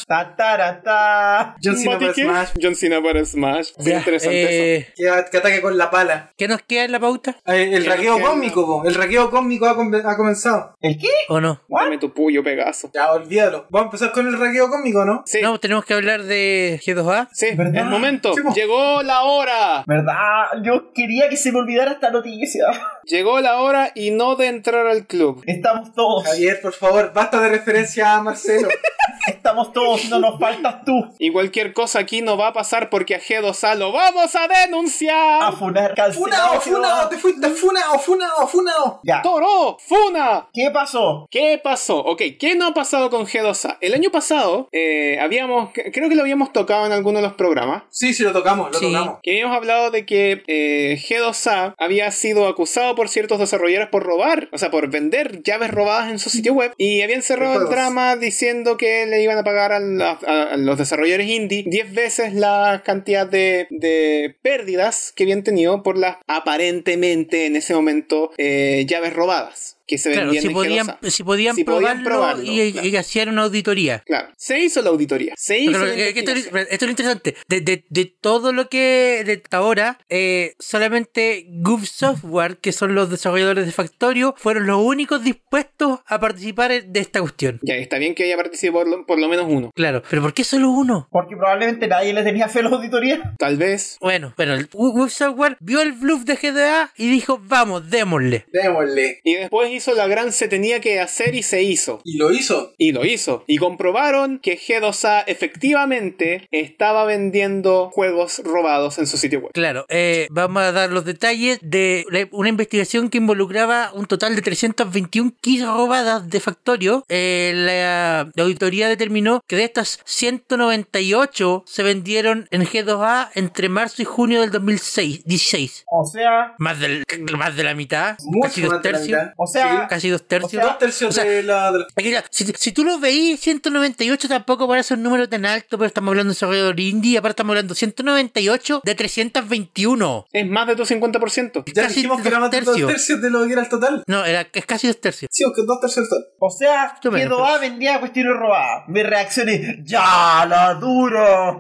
John Cena para Smash. John Cena para Smash. Muy interesante eso. Que ataque con la pala. ¿Qué nos queda en la pauta? El raqueo cósmico, El raqueo cósmico ha comenzado. ¿El qué? ¿O no? Dame tu Puyo Pegaso. Ya, olvídalo. Vamos a empezar con el raqueo cósmico, ¿no? Sí. No, tenemos que hablar de G2A. Sí, ¿verdad? el momento. Sí, po. Llegó la hora. ¿Verdad? Yo quería que se me olvidara esta noticia. Llegó la hora y no de entrar al club. Estamos todos. Javier, por favor, basta de referencia a Marcelo. Estamos todos, no nos faltas tú. Y cualquier cosa aquí no va a pasar porque a G2A lo vamos a denunciar. A funar, cancelado. Funao, te fuiste, funao. Ya. ¡Toro! ¡Funa! ¿Qué pasó? ¿Qué pasó? Ok, ¿qué no ha pasado con G2A? El año pasado creo que lo habíamos tocado en alguno de los programas. Sí, lo tocamos. Que habíamos hablado de que G2A había sido acusado por ciertos desarrolladores por robar, o sea, por vender llaves robadas en su sitio web, y habían cerrado el drama diciendo que le iban a pagar a los desarrolladores indie 10 veces la cantidad de pérdidas que habían tenido por las aparentemente en ese momento llaves robadas. que se Claro, vendían si en podían, G2A. si podían Si podían probarlo, probarlo, y claro. hacían una auditoría. Claro, se hizo la auditoría, se hizo Pero la esto investigación. es lo interesante. De todo lo que de hasta ahora, solamente Goof Software, que son los desarrolladores de Factorio, fueron los únicos dispuestos a participar de esta cuestión. Ya, está bien que haya participado por lo menos uno. Claro, pero ¿por qué solo uno? Porque probablemente nadie le tenía fe a la auditoría. Tal vez. Bueno, el Goof Software vio el bluff de GDA y dijo, vamos, démosle. Démosle. Y después hizo la gran se tenía que hacer y se hizo. Y lo hizo. Y lo hizo. Y comprobaron que G2A efectivamente estaba vendiendo juegos robados en su sitio web. Claro, vamos a dar los detalles de una investigación que involucraba un total de 321 keys robadas de Factorio. La auditoría determinó que de estas 198 se vendieron en G2A entre marzo y junio del 2016. O sea, Más de la mitad, Mucho casi 2 más de la tercios. mitad. o sea, Sí. Casi 2 tercios. O sea, 2/3 o sea, de la... Aquí ya, si tú lo veís, 198 tampoco parece un número tan alto, pero estamos hablando de desarrollador indie, aparte estamos hablando de 198 de 321. Es más de tu 50%. Ya casi dijimos que era más de 2/3 de lo que era el total. No, es casi 2 tercios. Sí, que 2/3 del total. o sea, Tú me que Doa vendía cuestiones robadas. Mi reacción es, ¡ya, la dura!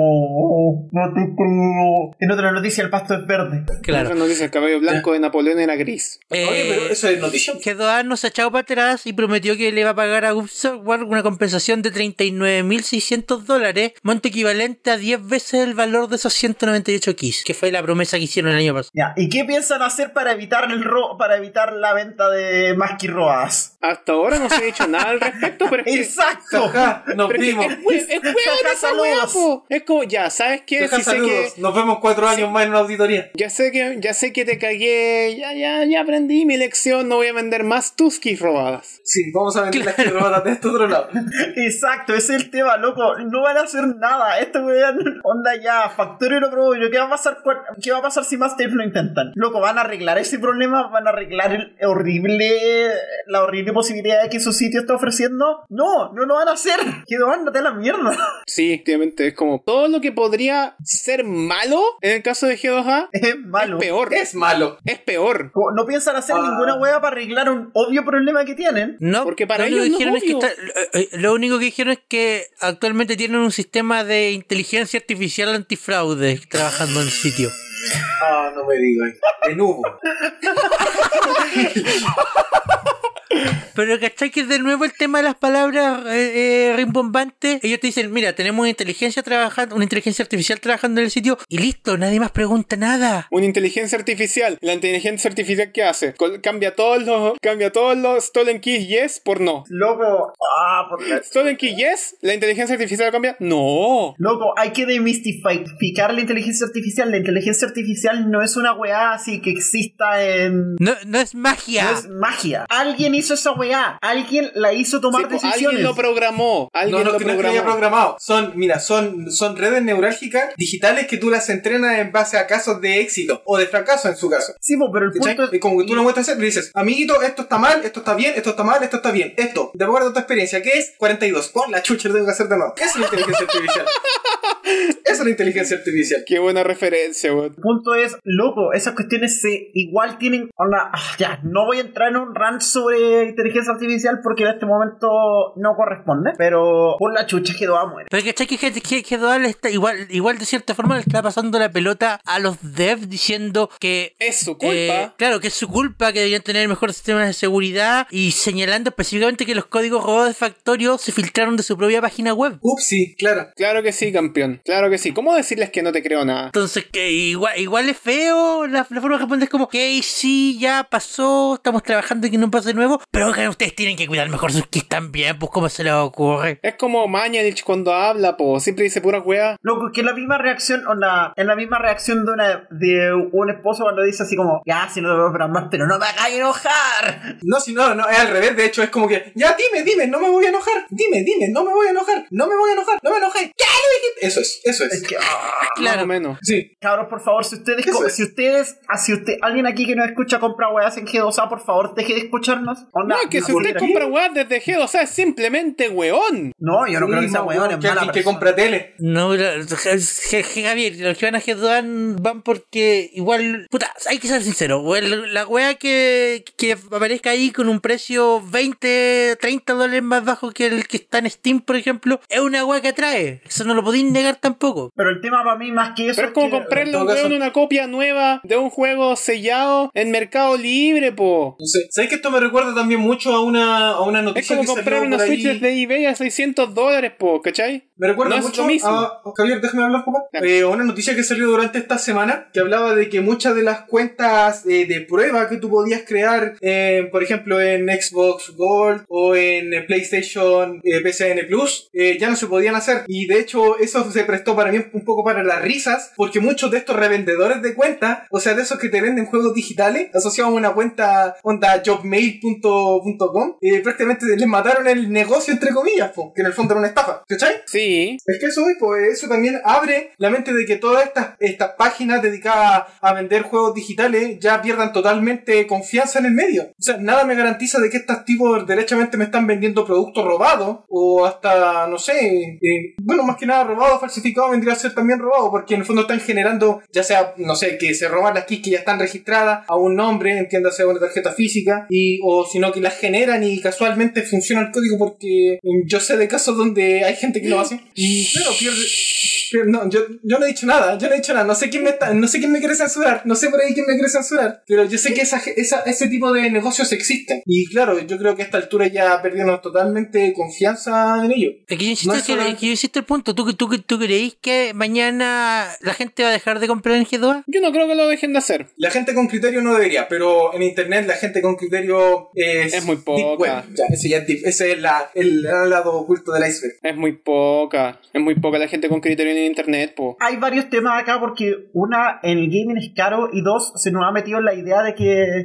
No te creo. En otra noticia, el pasto es verde. Claro. Otra noticia, el cabello blanco de Napoleón era gris. Oye, pero eso es noticia. G2A nos ha echado para atrás y prometió que le va a pagar a Goof Software una compensación de $39,600, monto equivalente a 10 veces el valor de esos 198 keys, que fue la promesa que hicieron el año pasado. Ya, ¿y qué piensan hacer para evitar para evitar la venta de más que robadas? Hasta ahora no se ha dicho nada al respecto, pero es que... ¡Exacto! Jaja, nos pero es que vimos. es hueón esa wea, Saludos. po. Es como, ya, ¿sabes qué? Jaja, Sí sé que... saludos. Nos vemos 4 años más en una auditoría. Ya sé que te cagué, ya aprendí mi lección, no voy a vender más tus keys robadas. Sí, vamos a vender las que robadas de este otro lado. Exacto, ese es el tema, loco. No van a hacer nada. Esto, weón, onda ya. Factorio lo probó. ¿Qué va a pasar? ¿Qué va a pasar si más tapes lo intentan? Loco, van a arreglar ese problema. Van a arreglar la horrible posibilidad de que su sitio está ofreciendo. No lo van a hacer. Que ándate a la mierda. Sí, efectivamente, es como todo lo que podría ser malo en el caso de G2A Es malo. es peor. Es malo. Es peor. No piensan hacer ninguna wea para arreglar un obvio problema que tienen. No, Porque para lo único ellos que no dijeron es es que obvio. lo único que dijeron es que actualmente tienen un sistema de inteligencia artificial antifraude trabajando en el sitio. Ah, no me digas. De nuevo. Pero ¿cachai que de nuevo el tema de las palabras rimbombantes? Ellos te dicen, mira, tenemos una inteligencia artificial trabajando en el sitio y listo, nadie más pregunta nada. Una inteligencia artificial. La inteligencia artificial, ¿qué hace? Cambia todos los stolen keys yes por no. Loco, Stolen key yes, la inteligencia artificial cambia. No. Loco, hay que demistificar la inteligencia artificial. La inteligencia artificial no es una weá así que exista en... No es magia. No es magia. Alguien hizo esa weá. Alguien la hizo tomar Sí, pues, decisiones. alguien lo programó. Alguien No lo que no es que lo haya programó. programado. Son redes neurálgicas digitales que tú las entrenas en base a casos de éxito o de fracaso en su caso. Sí, pero el ¿Cachai? punto Y como que tú lo muestras y le dices, amiguito, esto está mal, esto está bien, esto está mal, esto está bien. Esto, de acuerdo a tu experiencia, ¿qué es? 42. Con la chucha lo tengo que hacer de nuevo. Esa es la inteligencia artificial. Esa es la inteligencia artificial. Qué buena referencia, weón. El punto es, loco, esas cuestiones igual tienen ya, no voy a entrar en un rant sobre inteligencia artificial porque en este momento no corresponde, pero por la chucha que a muere. Pero ¿cachai que Doal está igual de cierta forma le está pasando la pelota a los devs diciendo que Es su culpa. claro, que es su culpa, que deberían tener mejores sistemas de seguridad y señalando específicamente que los códigos robados de Factorio se filtraron de su propia página web. Upsi, claro. Claro que sí, campeón. Claro que sí. ¿Cómo decirles que no te creo nada? Entonces, que igual es feo la forma de responder, es como, que sí, ya pasó, estamos trabajando y que no pase de nuevo, pero que ustedes tienen que cuidar mejor sus keys también, pues cómo se les ocurre. Es como Mañalich cuando habla, po. Siempre dice pura weá. Loco, que es la misma reacción, es la misma reacción de un esposo cuando dice así como, ya, si no te voy a esperar más, pero no me hagas enojar. No, si no, es al revés. De hecho, es como que, ya, dime, no me voy a enojar. Dime, no me voy a enojar. No me voy a enojar. No me enojé. ¿Qué lo dijiste? Eso es. Es que, Claro. Más o menos. Sí. cabros, por favor, si ustedes, Eso es. si usted, alguien aquí que nos escucha compra weas en G2A, por favor, deje de escucharnos. Onda, No, que si usted compra weas desde G2A es simplemente weón. No, yo no creo que sea weón, es que mala alguien que persona. compra tele. No, Javier, los que van a G2 van porque igual, puta, hay que ser sincero, la wea que aparezca ahí con un precio $20-$30 más bajo que el que está en Steam, por ejemplo, es una wea que atrae. Eso no lo podéis negar tampoco. Pero el tema para mí más que eso Pero es como que- comprarle a un en todo weón caso- una copia nueva de un juego sellado en Mercado Libre, po. No sé. ¿Sabes que esto me recuerda también mucho a una Es noticia como que comprar salió una por Switch ahí? desde eBay a $600, po, ¿cachai? Me recuerda No es mucho lo mismo. a... Javier, déjame hablar, papá. Claro. Una noticia que salió durante esta semana que hablaba de que muchas de las cuentas de prueba que tú podías crear, por ejemplo, en Xbox Gold o en PlayStation PCN Plus, ya no se podían hacer. Y de hecho, eso se prestó para mí un poco para las risas, porque muchos de estos revendedores de cuentas, o sea, de esos que te venden juegos digitales, asociados a una cuenta onda jobmail.com, prácticamente les mataron el negocio, entre comillas, po, que en el fondo era una estafa, ¿cachai? Sí. Es que eso también abre la mente de que todas estas páginas dedicadas a vender juegos digitales ya pierdan totalmente confianza en el medio. O sea, nada me garantiza de que estos tipos derechamente me están vendiendo productos robados o hasta, no sé, bueno, más que nada robado, falsificado, vendría a ser también robado, porque en el fondo están generando, ya sea, no sé, que se roban las keys que ya están registradas a un nombre, entiéndase, a una tarjeta física, o sino que las generan y casualmente funciona el código, porque yo sé de casos donde hay gente que lo hace. Y claro, pierde. No, yo no he dicho nada, no sé quién me quiere censurar, no sé por ahí quién me quiere censurar, pero yo sé que ese tipo de negocios existen. Y claro, yo creo que a esta altura ya perdieron totalmente confianza en ello. Aquí yo insisto, No es solamente- que yo insisto el punto. ¿Tú creéis que mañana la gente va a dejar de comprar en G2A? Yo no creo que lo dejen de hacer. La gente con criterio no debería, pero en internet la gente con criterio Es muy poca. deep web. Ya, ese ya es deep, ese es el lado oculto del iceberg. Es muy poca la gente con criterio en internet, po. Hay varios temas acá porque una, el gaming es caro y dos, se nos ha metido en la idea de que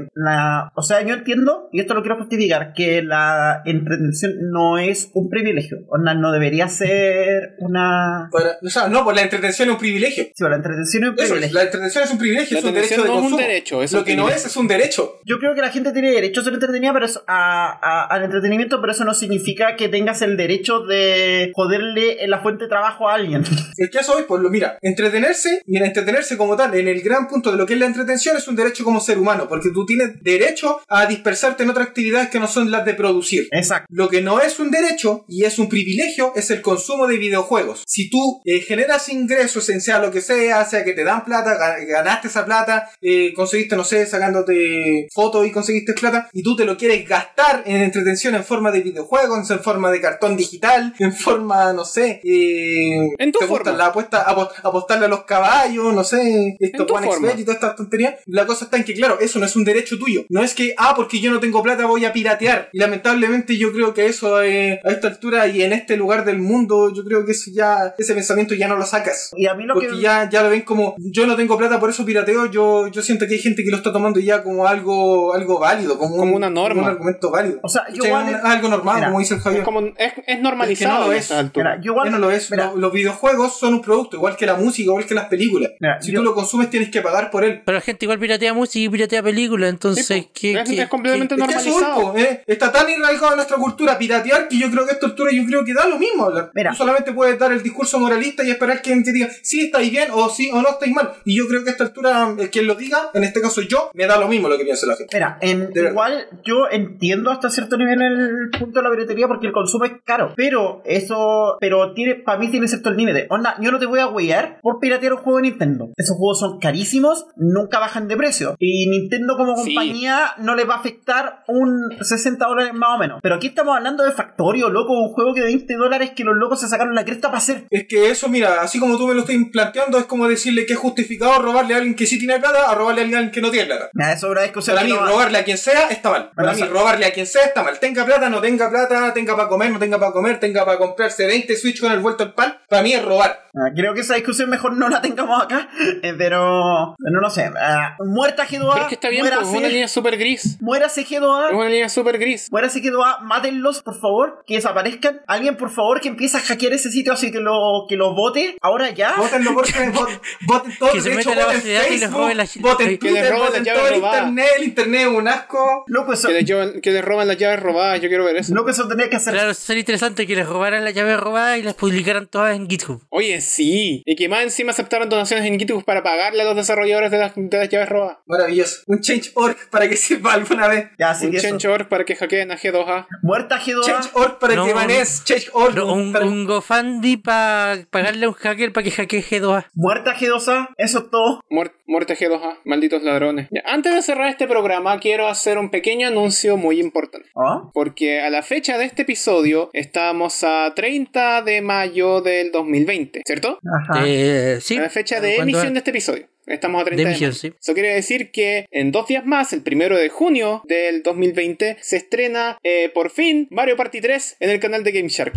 o sea, yo entiendo, y esto lo quiero justificar, que la entretención no es un privilegio, onda, no debería ser una... O sea, no, pues la entretención es un privilegio. Sí, la entretención es un Eso es, privilegio. la entretención es un privilegio, La es un derecho entretención de no es un consumo. derecho, es Lo un que no privilegio. es un derecho. Yo creo que la gente tiene derecho a ser entretenida pero al entretenimiento, pero eso no significa que tengas el derecho de joderle en la fuente de trabajo a alguien. El que eso hoy, pues mira, entretenerse como tal, en el gran punto de lo que es la entretención, es un derecho como ser humano, porque tú tienes derecho a dispersarte en otras actividades que no son las de producir. Exacto. Lo que no es un derecho y es un privilegio es el consumo de videojuegos. Si tú generas ingresos en sea lo que sea que te dan plata, ganaste esa plata, conseguiste, no sé, sacándote fotos y conseguiste plata, y tú te lo quieres gastar en entretención en forma de videojuegos, en forma de cartón digital, en forma, no sé, En tu te gustan forma. las apuestas, apostarle a los caballos, no sé, esto En tu One forma. XBet y todas estas tonterías. La cosa está en que, claro, eso no es un derecho tuyo. No es que, porque yo no tengo plata voy a piratear. Y lamentablemente yo creo que eso a esta altura y en este lugar del mundo, yo creo que eso ya, ese pensamiento ya no lo sacas. Y a mí lo Porque que... ya lo ven como, yo no tengo plata, por eso pirateo. Yo siento que hay gente que lo está tomando ya como algo válido, como una norma. como un argumento válido. O sea, yo ¿Cachai? igual- Algo normal, Mira, como dice el Javier. Es normalizado Es que no lo a es. esta altura. Mira, yo igual... Ya no lo es. Mira, Los videojuegos son un producto, igual que la música, igual que las películas. Mira, Si yo- tú lo consumes, tienes que pagar por él. Pero la gente igual piratea música y piratea películas, entonces... Sí, po. ¿qué- Es completamente Es que eso, normalizado. está tan arraigado en nuestra cultura piratear que yo creo que a esta altura yo creo que da lo mismo hablar. Mira. Tú solamente puedes dar el discurso moralista y esperar que alguien te diga sí estáis bien o sí o no estáis mal. Y yo creo que a esta altura quien lo diga, en este caso yo, me da lo mismo lo que piensa la gente. Mira, De verdad. igual yo entiendo hasta cierto nivel el punto de la piratería porque el consumo es caro, pero para mí tiene cierto límite. Onda, yo no te voy a huear por piratear un juego de Nintendo. Esos juegos son carísimos, nunca bajan de precio. Y Nintendo como Sí. compañía no les va a afectar un $60 más o menos. Pero aquí estamos hablando de Factorio, loco, un juego que de $20 que los locos se sacaron la cresta para hacer. Es que eso, mira, así como tú me lo estás planteando, es como decirle que es justificado robarle a alguien que sí tiene plata a robarle a alguien que no tiene plata. Nada, eso agradezco. Para mí, robarle a quien sea está mal. Para Bueno, mí, robarle a quien sea está mal. Tenga plata, no tenga plata, tenga para comer, no tenga para comer, tenga para comprarse 20 Switch con el vuelto al pan. Para mí, es robar. Creo que esa discusión mejor no la tengamos acá, pero no sé. Muerta G2A. Pero es que está bien, pues, es una línea súper gris. Muérase G2A. Es una línea súper gris. Muérase G2A. Mátenlos, por favor. Que desaparezcan. Alguien, por favor, que empiece a hackear ese sitio así que lo vote. Ahora ya. Votenlo porque voten todo. Que se De meta hecho, a la voten base de datos y les roben la Facebook, voten que les Twitter, roben voten las todo llaves el robadas. internet. El internet es un asco. Loco, eso. Que les roban las llaves robadas, yo quiero ver eso. Loco, eso tendría que hacer. Claro, sería interesante que les robaran la llave robada y las publicaran todas en GitHub. Oye, sí. Y que más encima aceptaron donaciones en GitHub para pagarle a los desarrolladores de las llaves robadas. Maravilloso. Un change.org para que sirva alguna vez. Ya, así Un que eso. change.org para que hackeen a G2A. Muerta G2A. Change.org para No, que banees. Change.org. No, un GoFundMe para pagarle a un hacker para que hackee G2A. Muerta G2A. Eso es todo. Muerte G2A. Malditos ladrones. Ya, antes de cerrar este programa, quiero hacer un pequeño anuncio muy importante. Porque a la fecha de este episodio estamos a 30 de mayo del 2020, ¿cierto? Ajá. Sí. A la fecha de emisión de este episodio. Estamos a 30 de emisión, mayo. sí. Eso quiere decir que en 2 días más, el 1 de junio del 2020, se estrena por fin Mario Party 3 en el canal de Game Shark.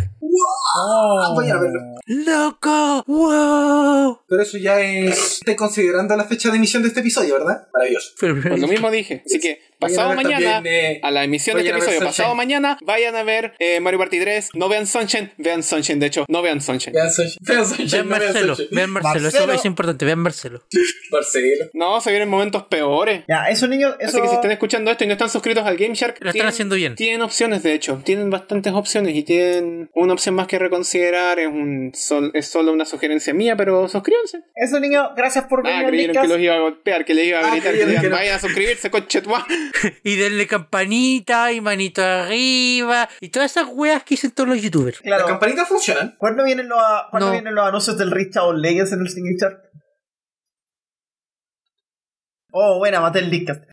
Voy a verlo. ¡Loco! ¡Wow! Pero eso ya es. Estoy considerando la fecha de emisión de este episodio, ¿verdad? Maravilloso. Pues lo mismo dije. Así que pasado Vayan a ver mañana, también, a la emisión de este vayan a ver episodio, Sunshine. pasado mañana, vayan a ver Mario Party 3. No vean Sunshine. Vean Sunshine, de hecho. No vean Sunshine. Vean Sunshine. Vean Sunshine. Vean no vean Marcelo, Sunshine. vean Marcelo, eso Marcelo. es importante, vean Marcelo. Marcelo. No, se vienen momentos peores. Ya, eso, niños. Eso. Así que si están escuchando esto y no están suscritos al Game Shark, Lo están haciendo bien. Tienen opciones, de hecho. Tienen bastantes opciones y tienen una opción más que reconsiderar. Es solo una sugerencia mía, pero suscríbanse. Eso, niños. Gracias por venir al Creyeron que Leadcast. los iba a golpear, que les iba a gritar, que creyeron digan, que no. vayan a suscribirse, conchetumá. Y denle campanita y manito arriba y todas esas weas que dicen todos los youtubers. Las Claro. campanitas funcionan. ¿Cuándo vienen No. vienen los anuncios del Rift of Legends en el Singing Chart? Oh, buena, maté el Leadcast.